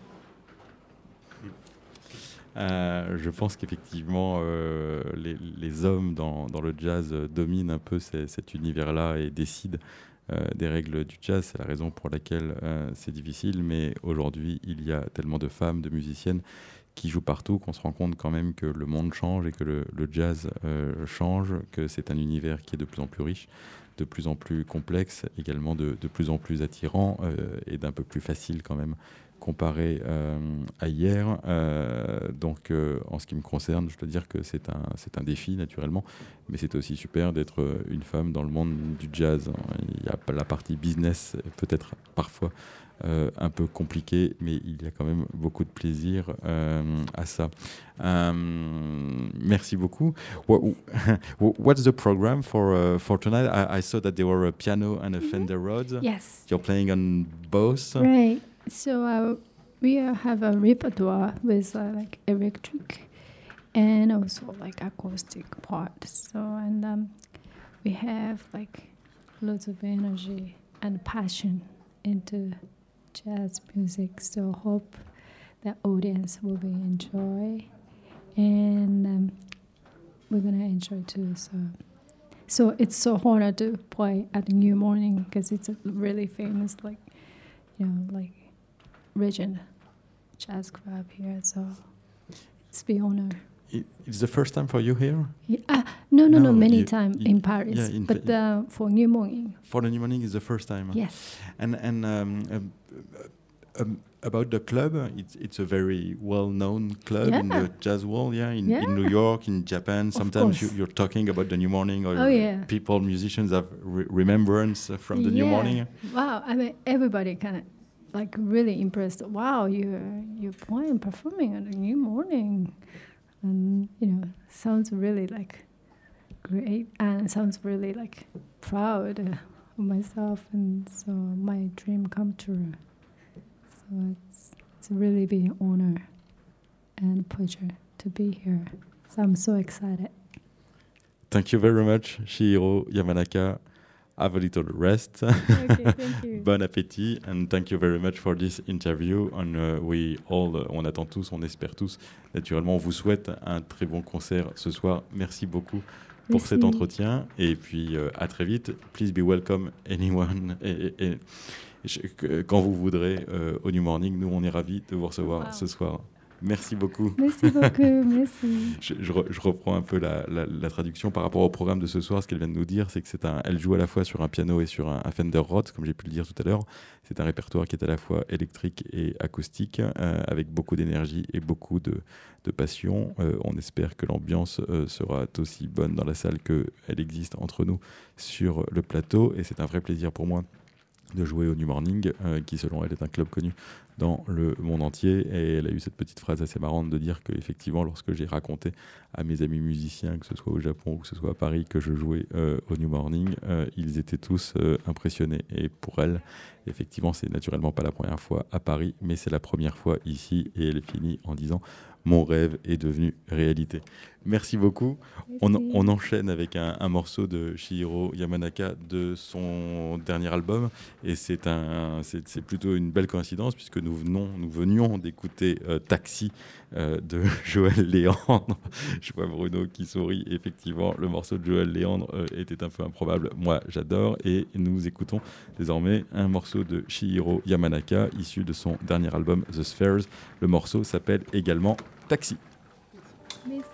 Euh, je pense qu'effectivement, euh, les, les hommes dans, dans le jazz dominent un peu ces, cet univers-là et décident euh, des règles du jazz. C'est la raison pour laquelle euh, c'est difficile. Mais aujourd'hui, il y a tellement de femmes, de musiciennes qui jouent partout qu'on se rend compte quand même que le monde change et que le, le jazz euh, change, que c'est un univers qui est de plus en plus riche, de plus en plus complexe, également de, de plus en plus attirant euh, et d'un peu plus facile quand même comparé euh, à hier. Euh, donc, euh, en ce qui me concerne, je dois dire que c'est un, c'est un défi, naturellement, mais c'est aussi super d'être une femme dans le monde du jazz. Il y a la partie business, peut-être parfois euh, un peu compliquée, mais il y a quand même beaucoup de plaisir euh, à ça. Um, merci beaucoup. What, what's the program for uh, for tonight? I, I saw that there were a piano and a mm-hmm. Fender Rhodes. Yes. You're playing on both? Right. So uh, we uh, have a repertoire with uh, like electric and also like acoustic parts. So and um, we have like lots of energy and passion into jazz music. So hope the audience will be enjoy, and um, we're gonna enjoy too. So so it's so hard to play at New Morning because it's a really famous like you know like. Regent Jazz Club here, so it's the honor. It's the first time for you here? Yeah, uh, no, no, no, no, many you, times you, in Paris, yeah, in but uh, for New Morning. For the New Morning is the first time. Yes. And and um, um, um, about the club, it's it's a very well-known club yeah. in the jazz world, yeah, in, yeah. in New York, in Japan. Sometimes you, you're talking about the New Morning, or oh, yeah. people, musicians have re- remembrance from the yeah. New Morning. Wow, I mean, everybody kind of. Like really impressed. Wow, you're you're playing, performing at a New Morning, and you know, sounds really like great, and sounds really like proud of myself, and so my dream come true. So it's it's really been an honor and pleasure to be here. So I'm so excited. Thank you very much, Chihiro Yamanaka. Have a little rest. Okay, thank you. Bon appétit, and thank you very much for this interview. And uh, we all, uh, on attend tous, on espère tous. Naturellement, on vous souhaite un très bon concert ce soir. Merci beaucoup pour Merci. cet entretien. Et puis, euh, à très vite. Please be welcome, anyone. Et, et, et je, quand vous voudrez, euh, au New Morning, nous, on est ravis de vous recevoir wow. ce soir. Merci beaucoup. Merci beaucoup, merci. Je, je, re, je reprends un peu la, la, la traduction par rapport au programme de ce soir. Ce qu'elle vient de nous dire, c'est que c'est un, elle joue à la fois sur un piano et sur un, un Fender Rhodes, comme j'ai pu le dire tout à l'heure. C'est un répertoire qui est à la fois électrique et acoustique, euh, avec beaucoup d'énergie et beaucoup de, de passion. Euh, on espère que l'ambiance euh, sera aussi bonne dans la salle qu'elle existe entre nous sur le plateau. Et c'est un vrai plaisir pour moi de jouer au New Morning, euh, qui selon elle est un club connu dans le monde entier. Et elle a eu cette petite phrase assez marrante de dire qu'effectivement, lorsque j'ai raconté à mes amis musiciens, que ce soit au Japon ou que ce soit à Paris, que je jouais euh, au New Morning, euh, ils étaient tous euh, impressionnés. Et pour elle, effectivement, c'est naturellement pas la première fois à Paris, mais c'est la première fois ici. Et elle finit en disant « Mon rêve est devenu réalité ». Merci beaucoup. On, on enchaîne avec un, un morceau de Chihiro Yamanaka de son dernier album. Et c'est, un, c'est, c'est plutôt une belle coïncidence puisque nous, venons, nous venions d'écouter euh, Taxi euh, de Joël Léandre. Je vois Bruno qui sourit. Effectivement, le morceau de Joël Léandre euh, était un peu improbable. Moi, j'adore. Et nous écoutons désormais un morceau de Chihiro Yamanaka issu de son dernier album The Spheres. Le morceau s'appelle également Taxi. Merci.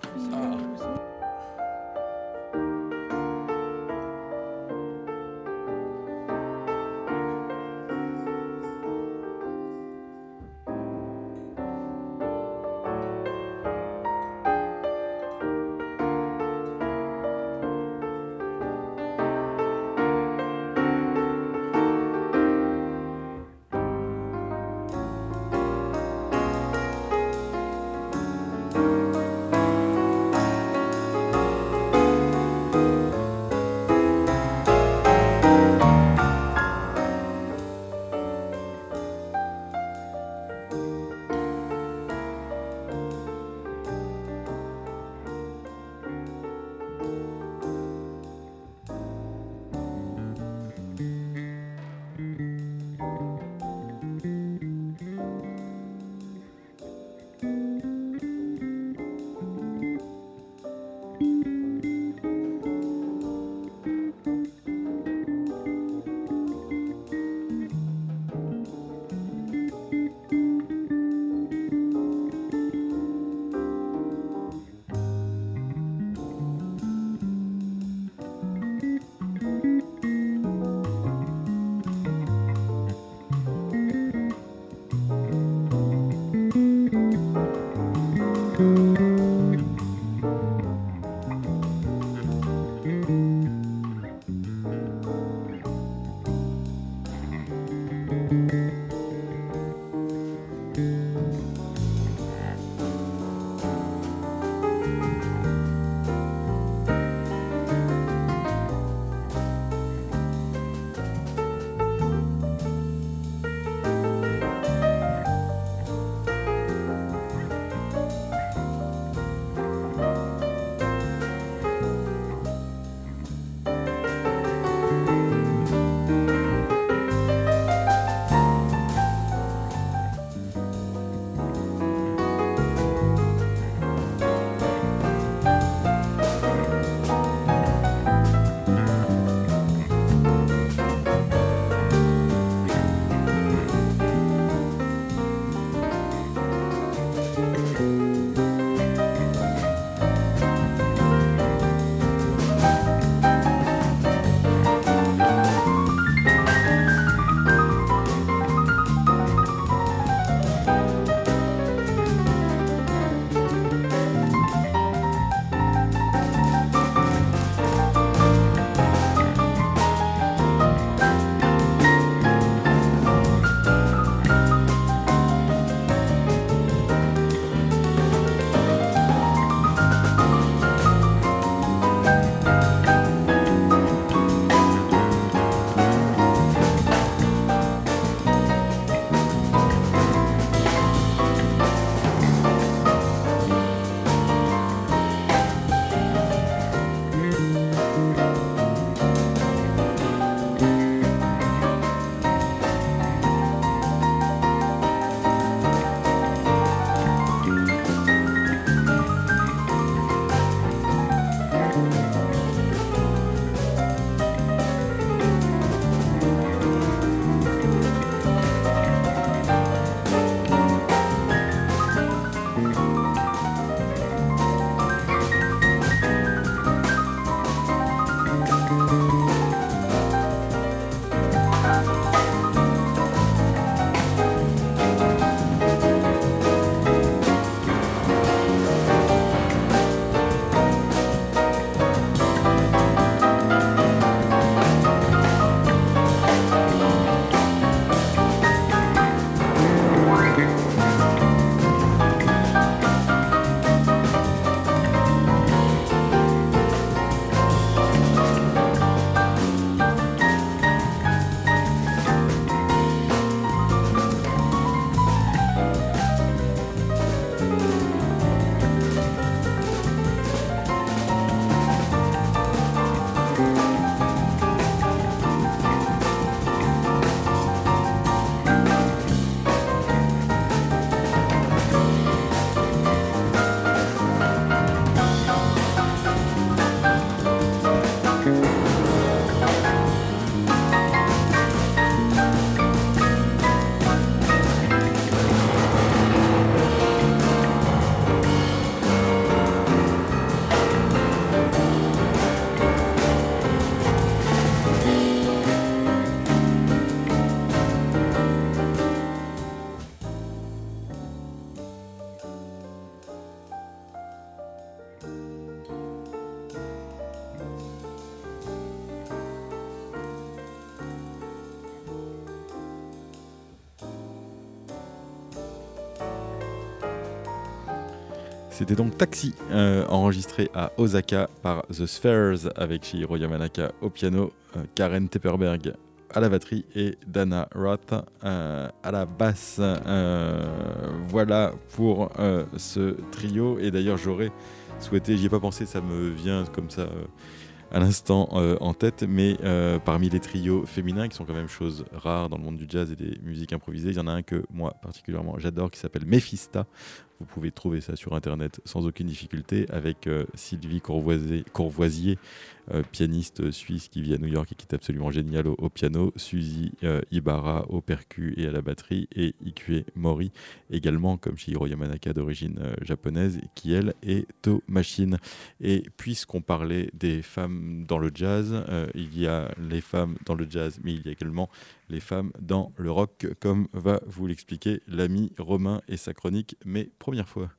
C'était donc Taxi, euh, enregistré à Osaka par The Spheres avec Chihiro Yamanaka au piano, euh, Karen Tepperberg à la batterie et Dana Roth euh, à la basse. Euh, voilà pour euh, ce trio. Et d'ailleurs, j'aurais souhaité, j'y ai pas pensé, ça me vient comme ça euh, à l'instant euh, en tête, mais euh, parmi les trios féminins qui sont quand même chose rare dans le monde du jazz et des musiques improvisées, il y en a un que moi particulièrement j'adore qui s'appelle Mephista. Vous pouvez trouver ça sur internet sans aucune difficulté avec euh, Sylvie Courvoisier, Courvoisier euh, pianiste suisse qui vit à New York et qui est absolument géniale au, au piano, Suzy euh, Ibarra au percu et à la batterie, et Ikue Mori également, comme Chihiro Yamanaka d'origine euh, japonaise, qui elle est aux machines. Et puisqu'on parlait des femmes dans le jazz, euh, il y a les femmes dans le jazz, mais il y a également les femmes dans le rock, comme va vous l'expliquer l'ami Romain et sa chronique, mais première fois.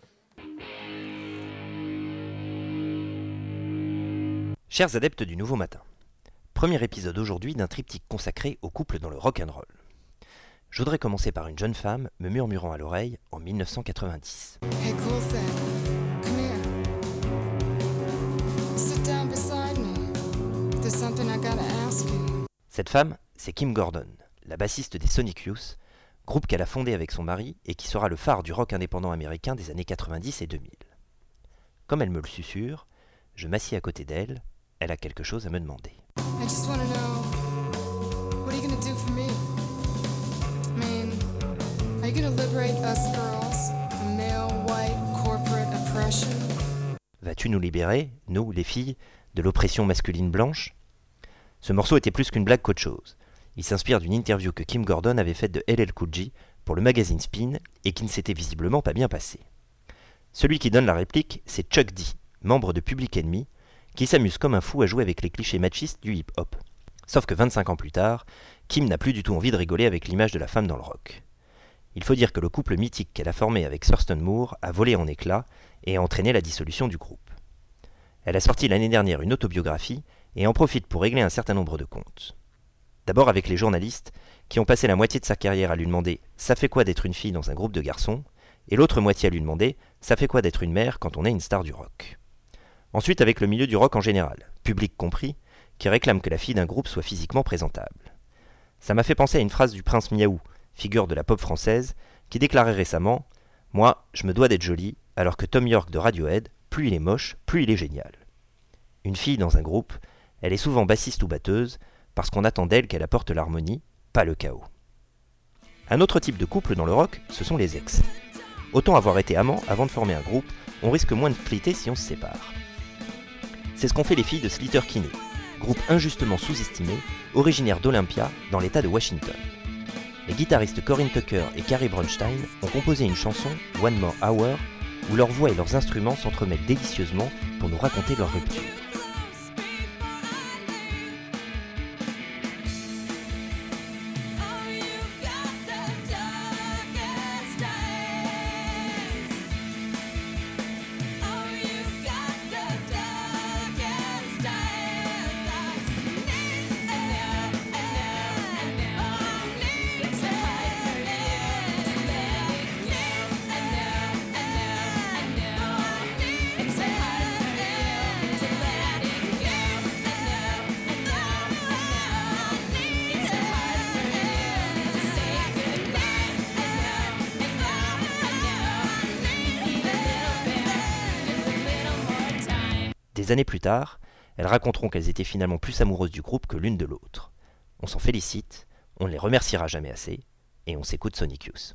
Chers adeptes du Nouveau Matin, premier épisode aujourd'hui d'un triptyque consacré au couple dans le rock'n'roll. Je voudrais commencer par une jeune femme me murmurant à l'oreille en dix-neuf cent quatre-vingt-dix. Hey, cool thing, come here. Sit down beside me. There's something I gotta ask you. Cette femme, c'est Kim Gordon, la bassiste des Sonic Youth, groupe qu'elle a fondé avec son mari et qui sera le phare du rock indépendant américain des années quatre-vingt-dix et deux mille. Comme elle me le susurre, je m'assieds à côté d'elle, elle a quelque chose à me demander. I just wanna know, what are you gonna do for me? I mean, are you gonna liberate us girls from male, white, corporate oppression? Vas-tu nous libérer, nous, les filles, de l'oppression masculine blanche ? Ce morceau était plus qu'une blague qu'autre chose. Il s'inspire d'une interview que Kim Gordon avait faite de L L Cool J pour le magazine Spin et qui ne s'était visiblement pas bien passée. Celui qui donne la réplique, c'est Chuck D, membre de Public Enemy, qui s'amuse comme un fou à jouer avec les clichés machistes du hip-hop. Sauf que vingt-cinq ans plus tard, Kim n'a plus du tout envie de rigoler avec l'image de la femme dans le rock. Il faut dire que le couple mythique qu'elle a formé avec Thurston Moore a volé en éclats et a entraîné la dissolution du groupe. Elle a sorti l'année dernière une autobiographie et en profite pour régler un certain nombre de comptes. D'abord avec les journalistes, qui ont passé la moitié de sa carrière à lui demander « ça fait quoi d'être une fille dans un groupe de garçons ?» et l'autre moitié à lui demander « ça fait quoi d'être une mère quand on est une star du rock ?» Ensuite avec le milieu du rock en général, public compris, qui réclame que la fille d'un groupe soit physiquement présentable. Ça m'a fait penser à une phrase du prince Miaou, figure de la pop française, qui déclarait récemment « Moi, je me dois d'être jolie, alors que Tom York de Radiohead, plus il est moche, plus il est génial. » Une fille dans un groupe, elle est souvent bassiste ou batteuse, parce qu'on attend d'elle qu'elle apporte l'harmonie, pas le chaos. Un autre type de couple dans le rock, ce sont les ex. Autant avoir été amants avant de former un groupe, on risque moins de splitter si on se sépare. C'est ce qu'ont fait les filles de Sleater-Kinney, groupe injustement sous-estimé, originaire d'Olympia, dans l'état de Washington. Les guitaristes Corinne Tucker et Carrie Bronstein ont composé une chanson, One More Hour, où leurs voix et leurs instruments s'entremêlent délicieusement pour nous raconter leur rupture. Des années plus tard, elles raconteront qu'elles étaient finalement plus amoureuses du groupe que l'une de l'autre. On s'en félicite, on ne les remerciera jamais assez, et on s'écoute Sonic Youth.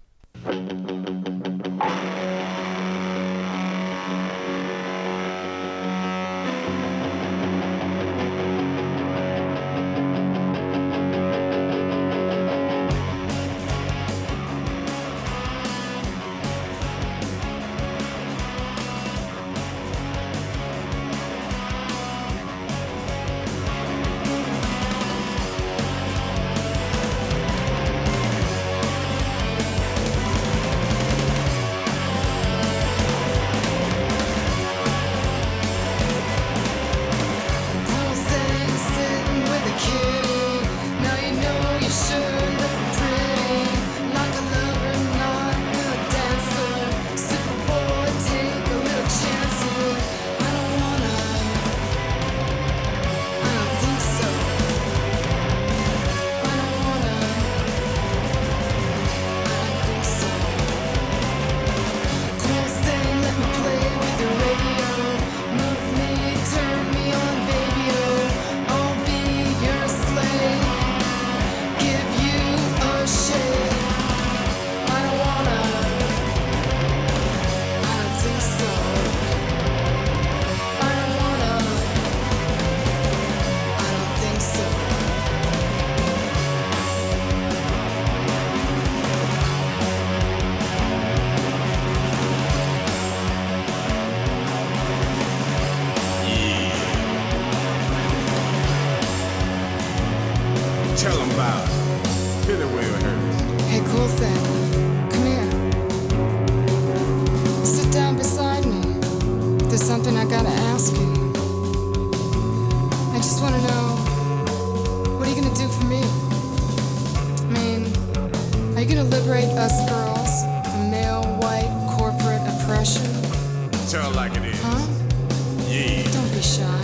tell her like it is. Huh? Yeah. Don't be shy.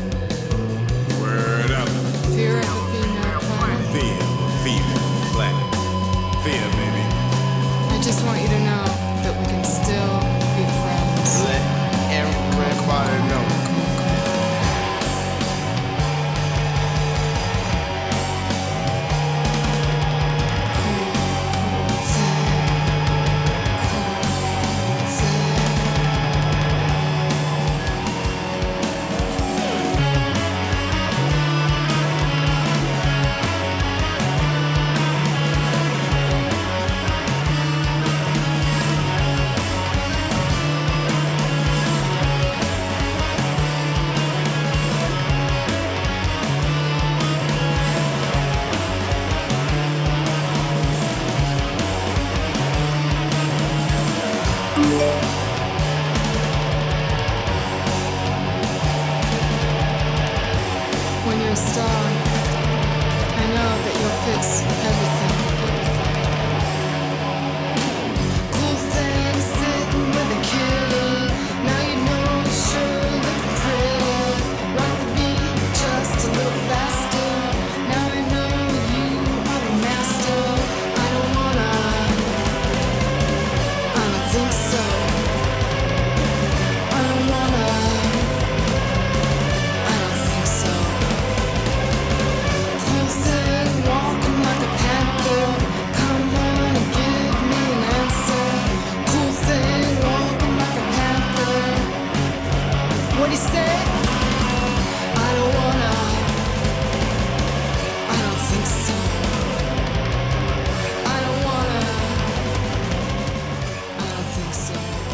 Word up. Fear of the female planet. Fear, female, planet. Fear, baby. I just want you to know that we can still be friends. Let everybody know. When you're a star, I know that you'll fix everything. Cool thing sitting with a kitty. Now you know you sure look pretty. Rock the beat just a little faster. Now I know you are the master. I don't wanna. I don't think so. I don't wanna. I don't think so. Cool thing, walking like a panther. Come on and give me an answer. Cool thing, walking like a panther. What'd he say? I don't wanna. I don't think so. I don't wanna. I don't think so.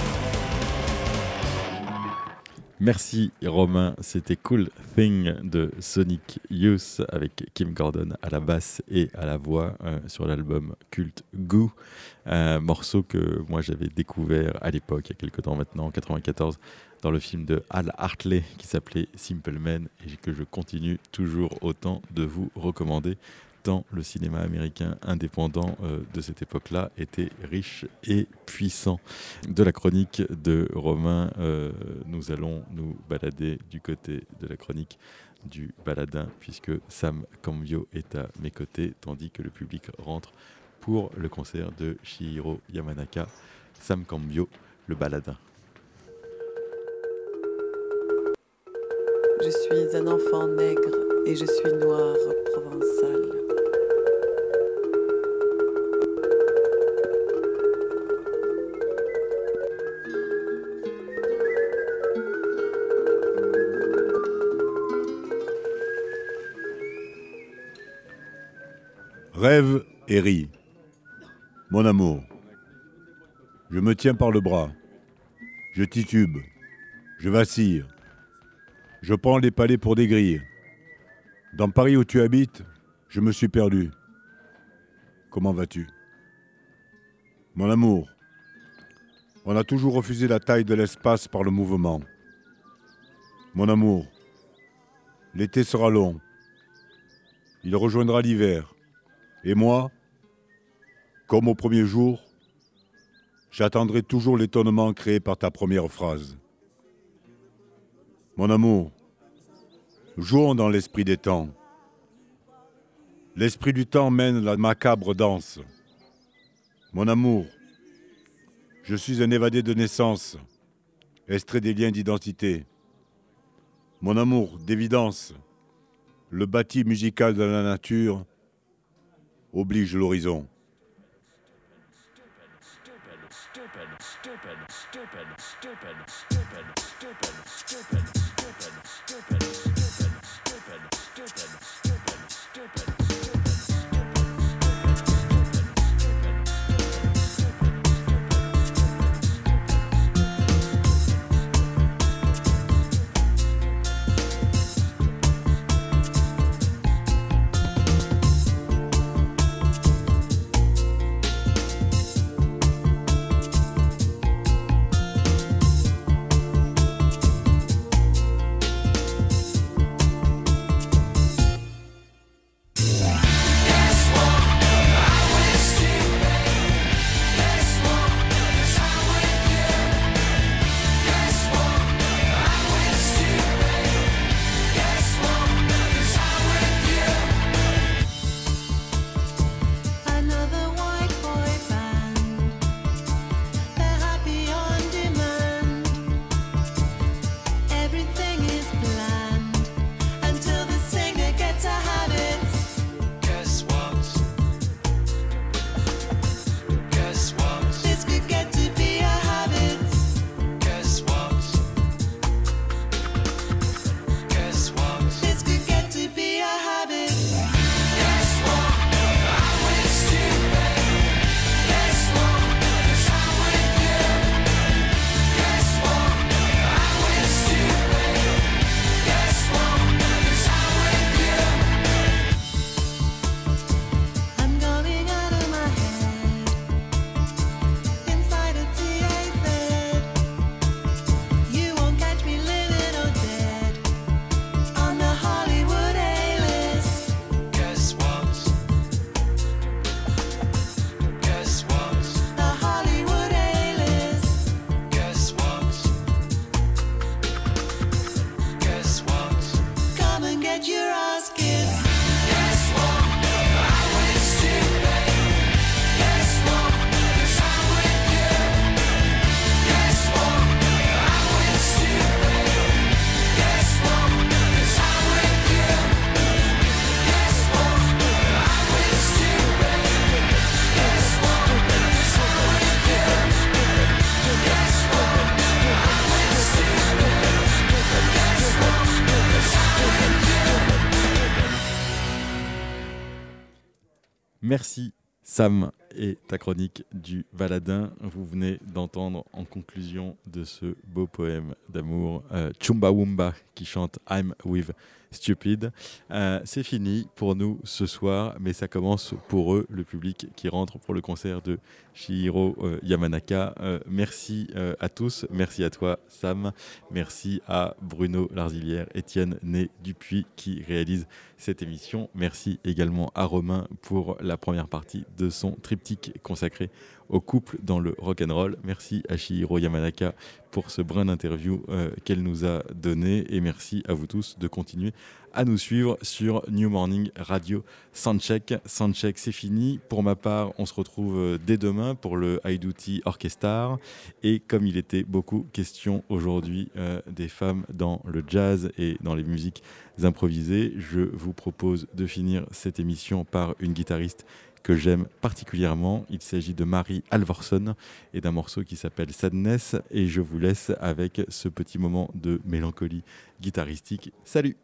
Merci Romain, c'était Cool Thing de Sonic Youth avec Kim Gordon à la basse et à la voix euh, sur l'album Cult Goo, un morceau que moi j'avais découvert à l'époque, il y a quelques temps maintenant, en quatre-vingt-quatorze, dans le film de Hal Hartley qui s'appelait Simple Man et que je continue toujours autant de vous recommander tant le cinéma américain indépendant euh, de cette époque-là était riche et puissant. De la chronique de Romain, euh, nous allons nous balader du côté de la chronique du baladin, puisque Sam Cambio est à mes côtés, tandis que le public rentre pour le concert de Chihiro Yamanaka. Sam Cambio, le baladin. Je suis un enfant nègre et je suis noir provençal. Rêve et ris. Mon amour, je me tiens par le bras. Je titube. Je vacille. Je prends les palais pour des grilles. Dans Paris où tu habites, je me suis perdu. Comment vas-tu? Mon amour, on a toujours refusé la taille de l'espace par le mouvement. Mon amour, l'été sera long. Il rejoindra l'hiver. Et moi, comme au premier jour, j'attendrai toujours l'étonnement créé par ta première phrase. Mon amour, jouons dans l'esprit des temps. L'esprit du temps mène la macabre danse. Mon amour, je suis un évadé de naissance, extrait des liens d'identité. Mon amour, d'évidence, le bâti musical de la nature oblige l'horizon. Merci Sam et ta chronique du Baladin. Vous venez d'entendre en conclusion de ce beau poème d'amour euh, Chumbawamba qui chante I'm with Stupid. Euh, c'est fini pour nous ce soir, mais ça commence pour eux, le public qui rentre pour le concert de Chihiro euh, Yamanaka. Euh, merci euh, à tous, merci à toi Sam, merci à Bruno Larzilière, Étienne Né Dupuis qui réalise cette émission. Merci également à Romain pour la première partie de son triptyque consacré au couple dans le rock'n'roll. Merci à Chihiro Yamanaka pour ce brin d'interview euh, qu'elle nous a donné et merci à vous tous de continuer à nous suivre sur New Morning Radio Soundcheck. Soundcheck, c'est fini. Pour ma part, on se retrouve dès demain pour le High Duty Orchestra. Et comme il était beaucoup question aujourd'hui euh, des femmes dans le jazz et dans les musiques improvisées, je vous propose de finir cette émission par une guitariste que j'aime particulièrement. Il s'agit de Mary Alvorson et d'un morceau qui s'appelle Sadness. Et je vous laisse avec ce petit moment de mélancolie guitaristique. Salut!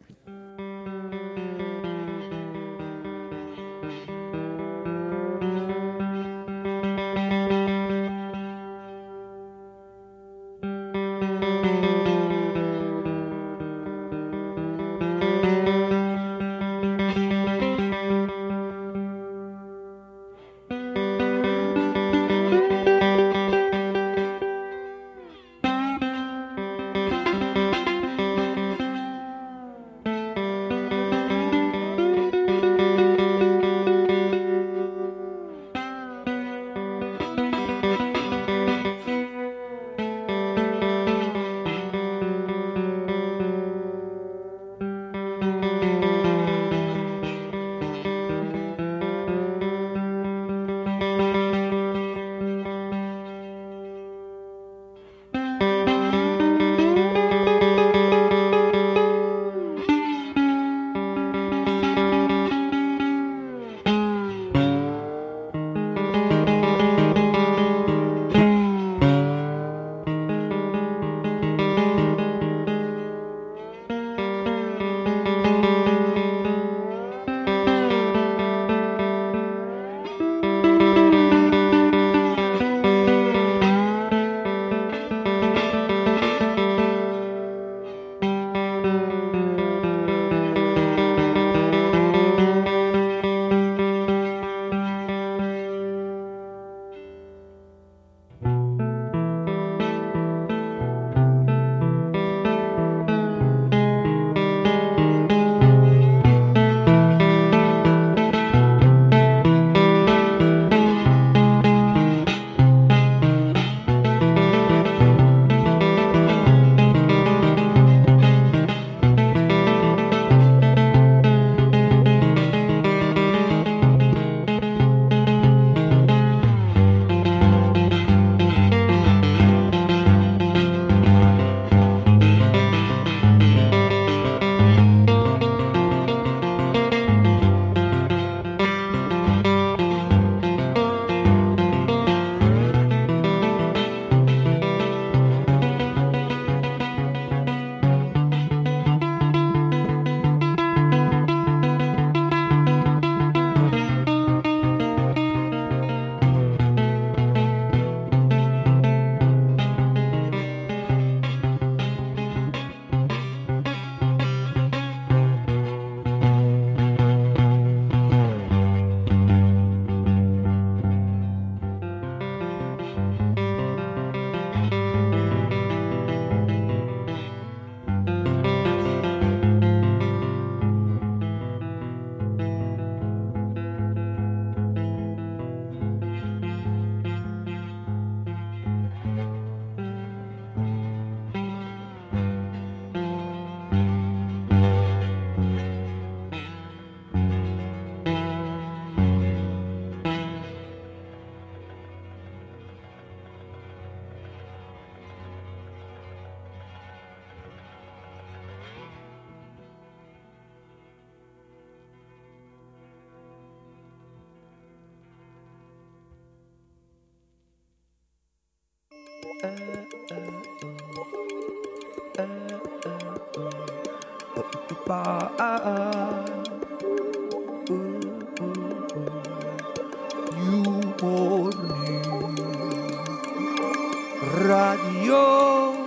radio.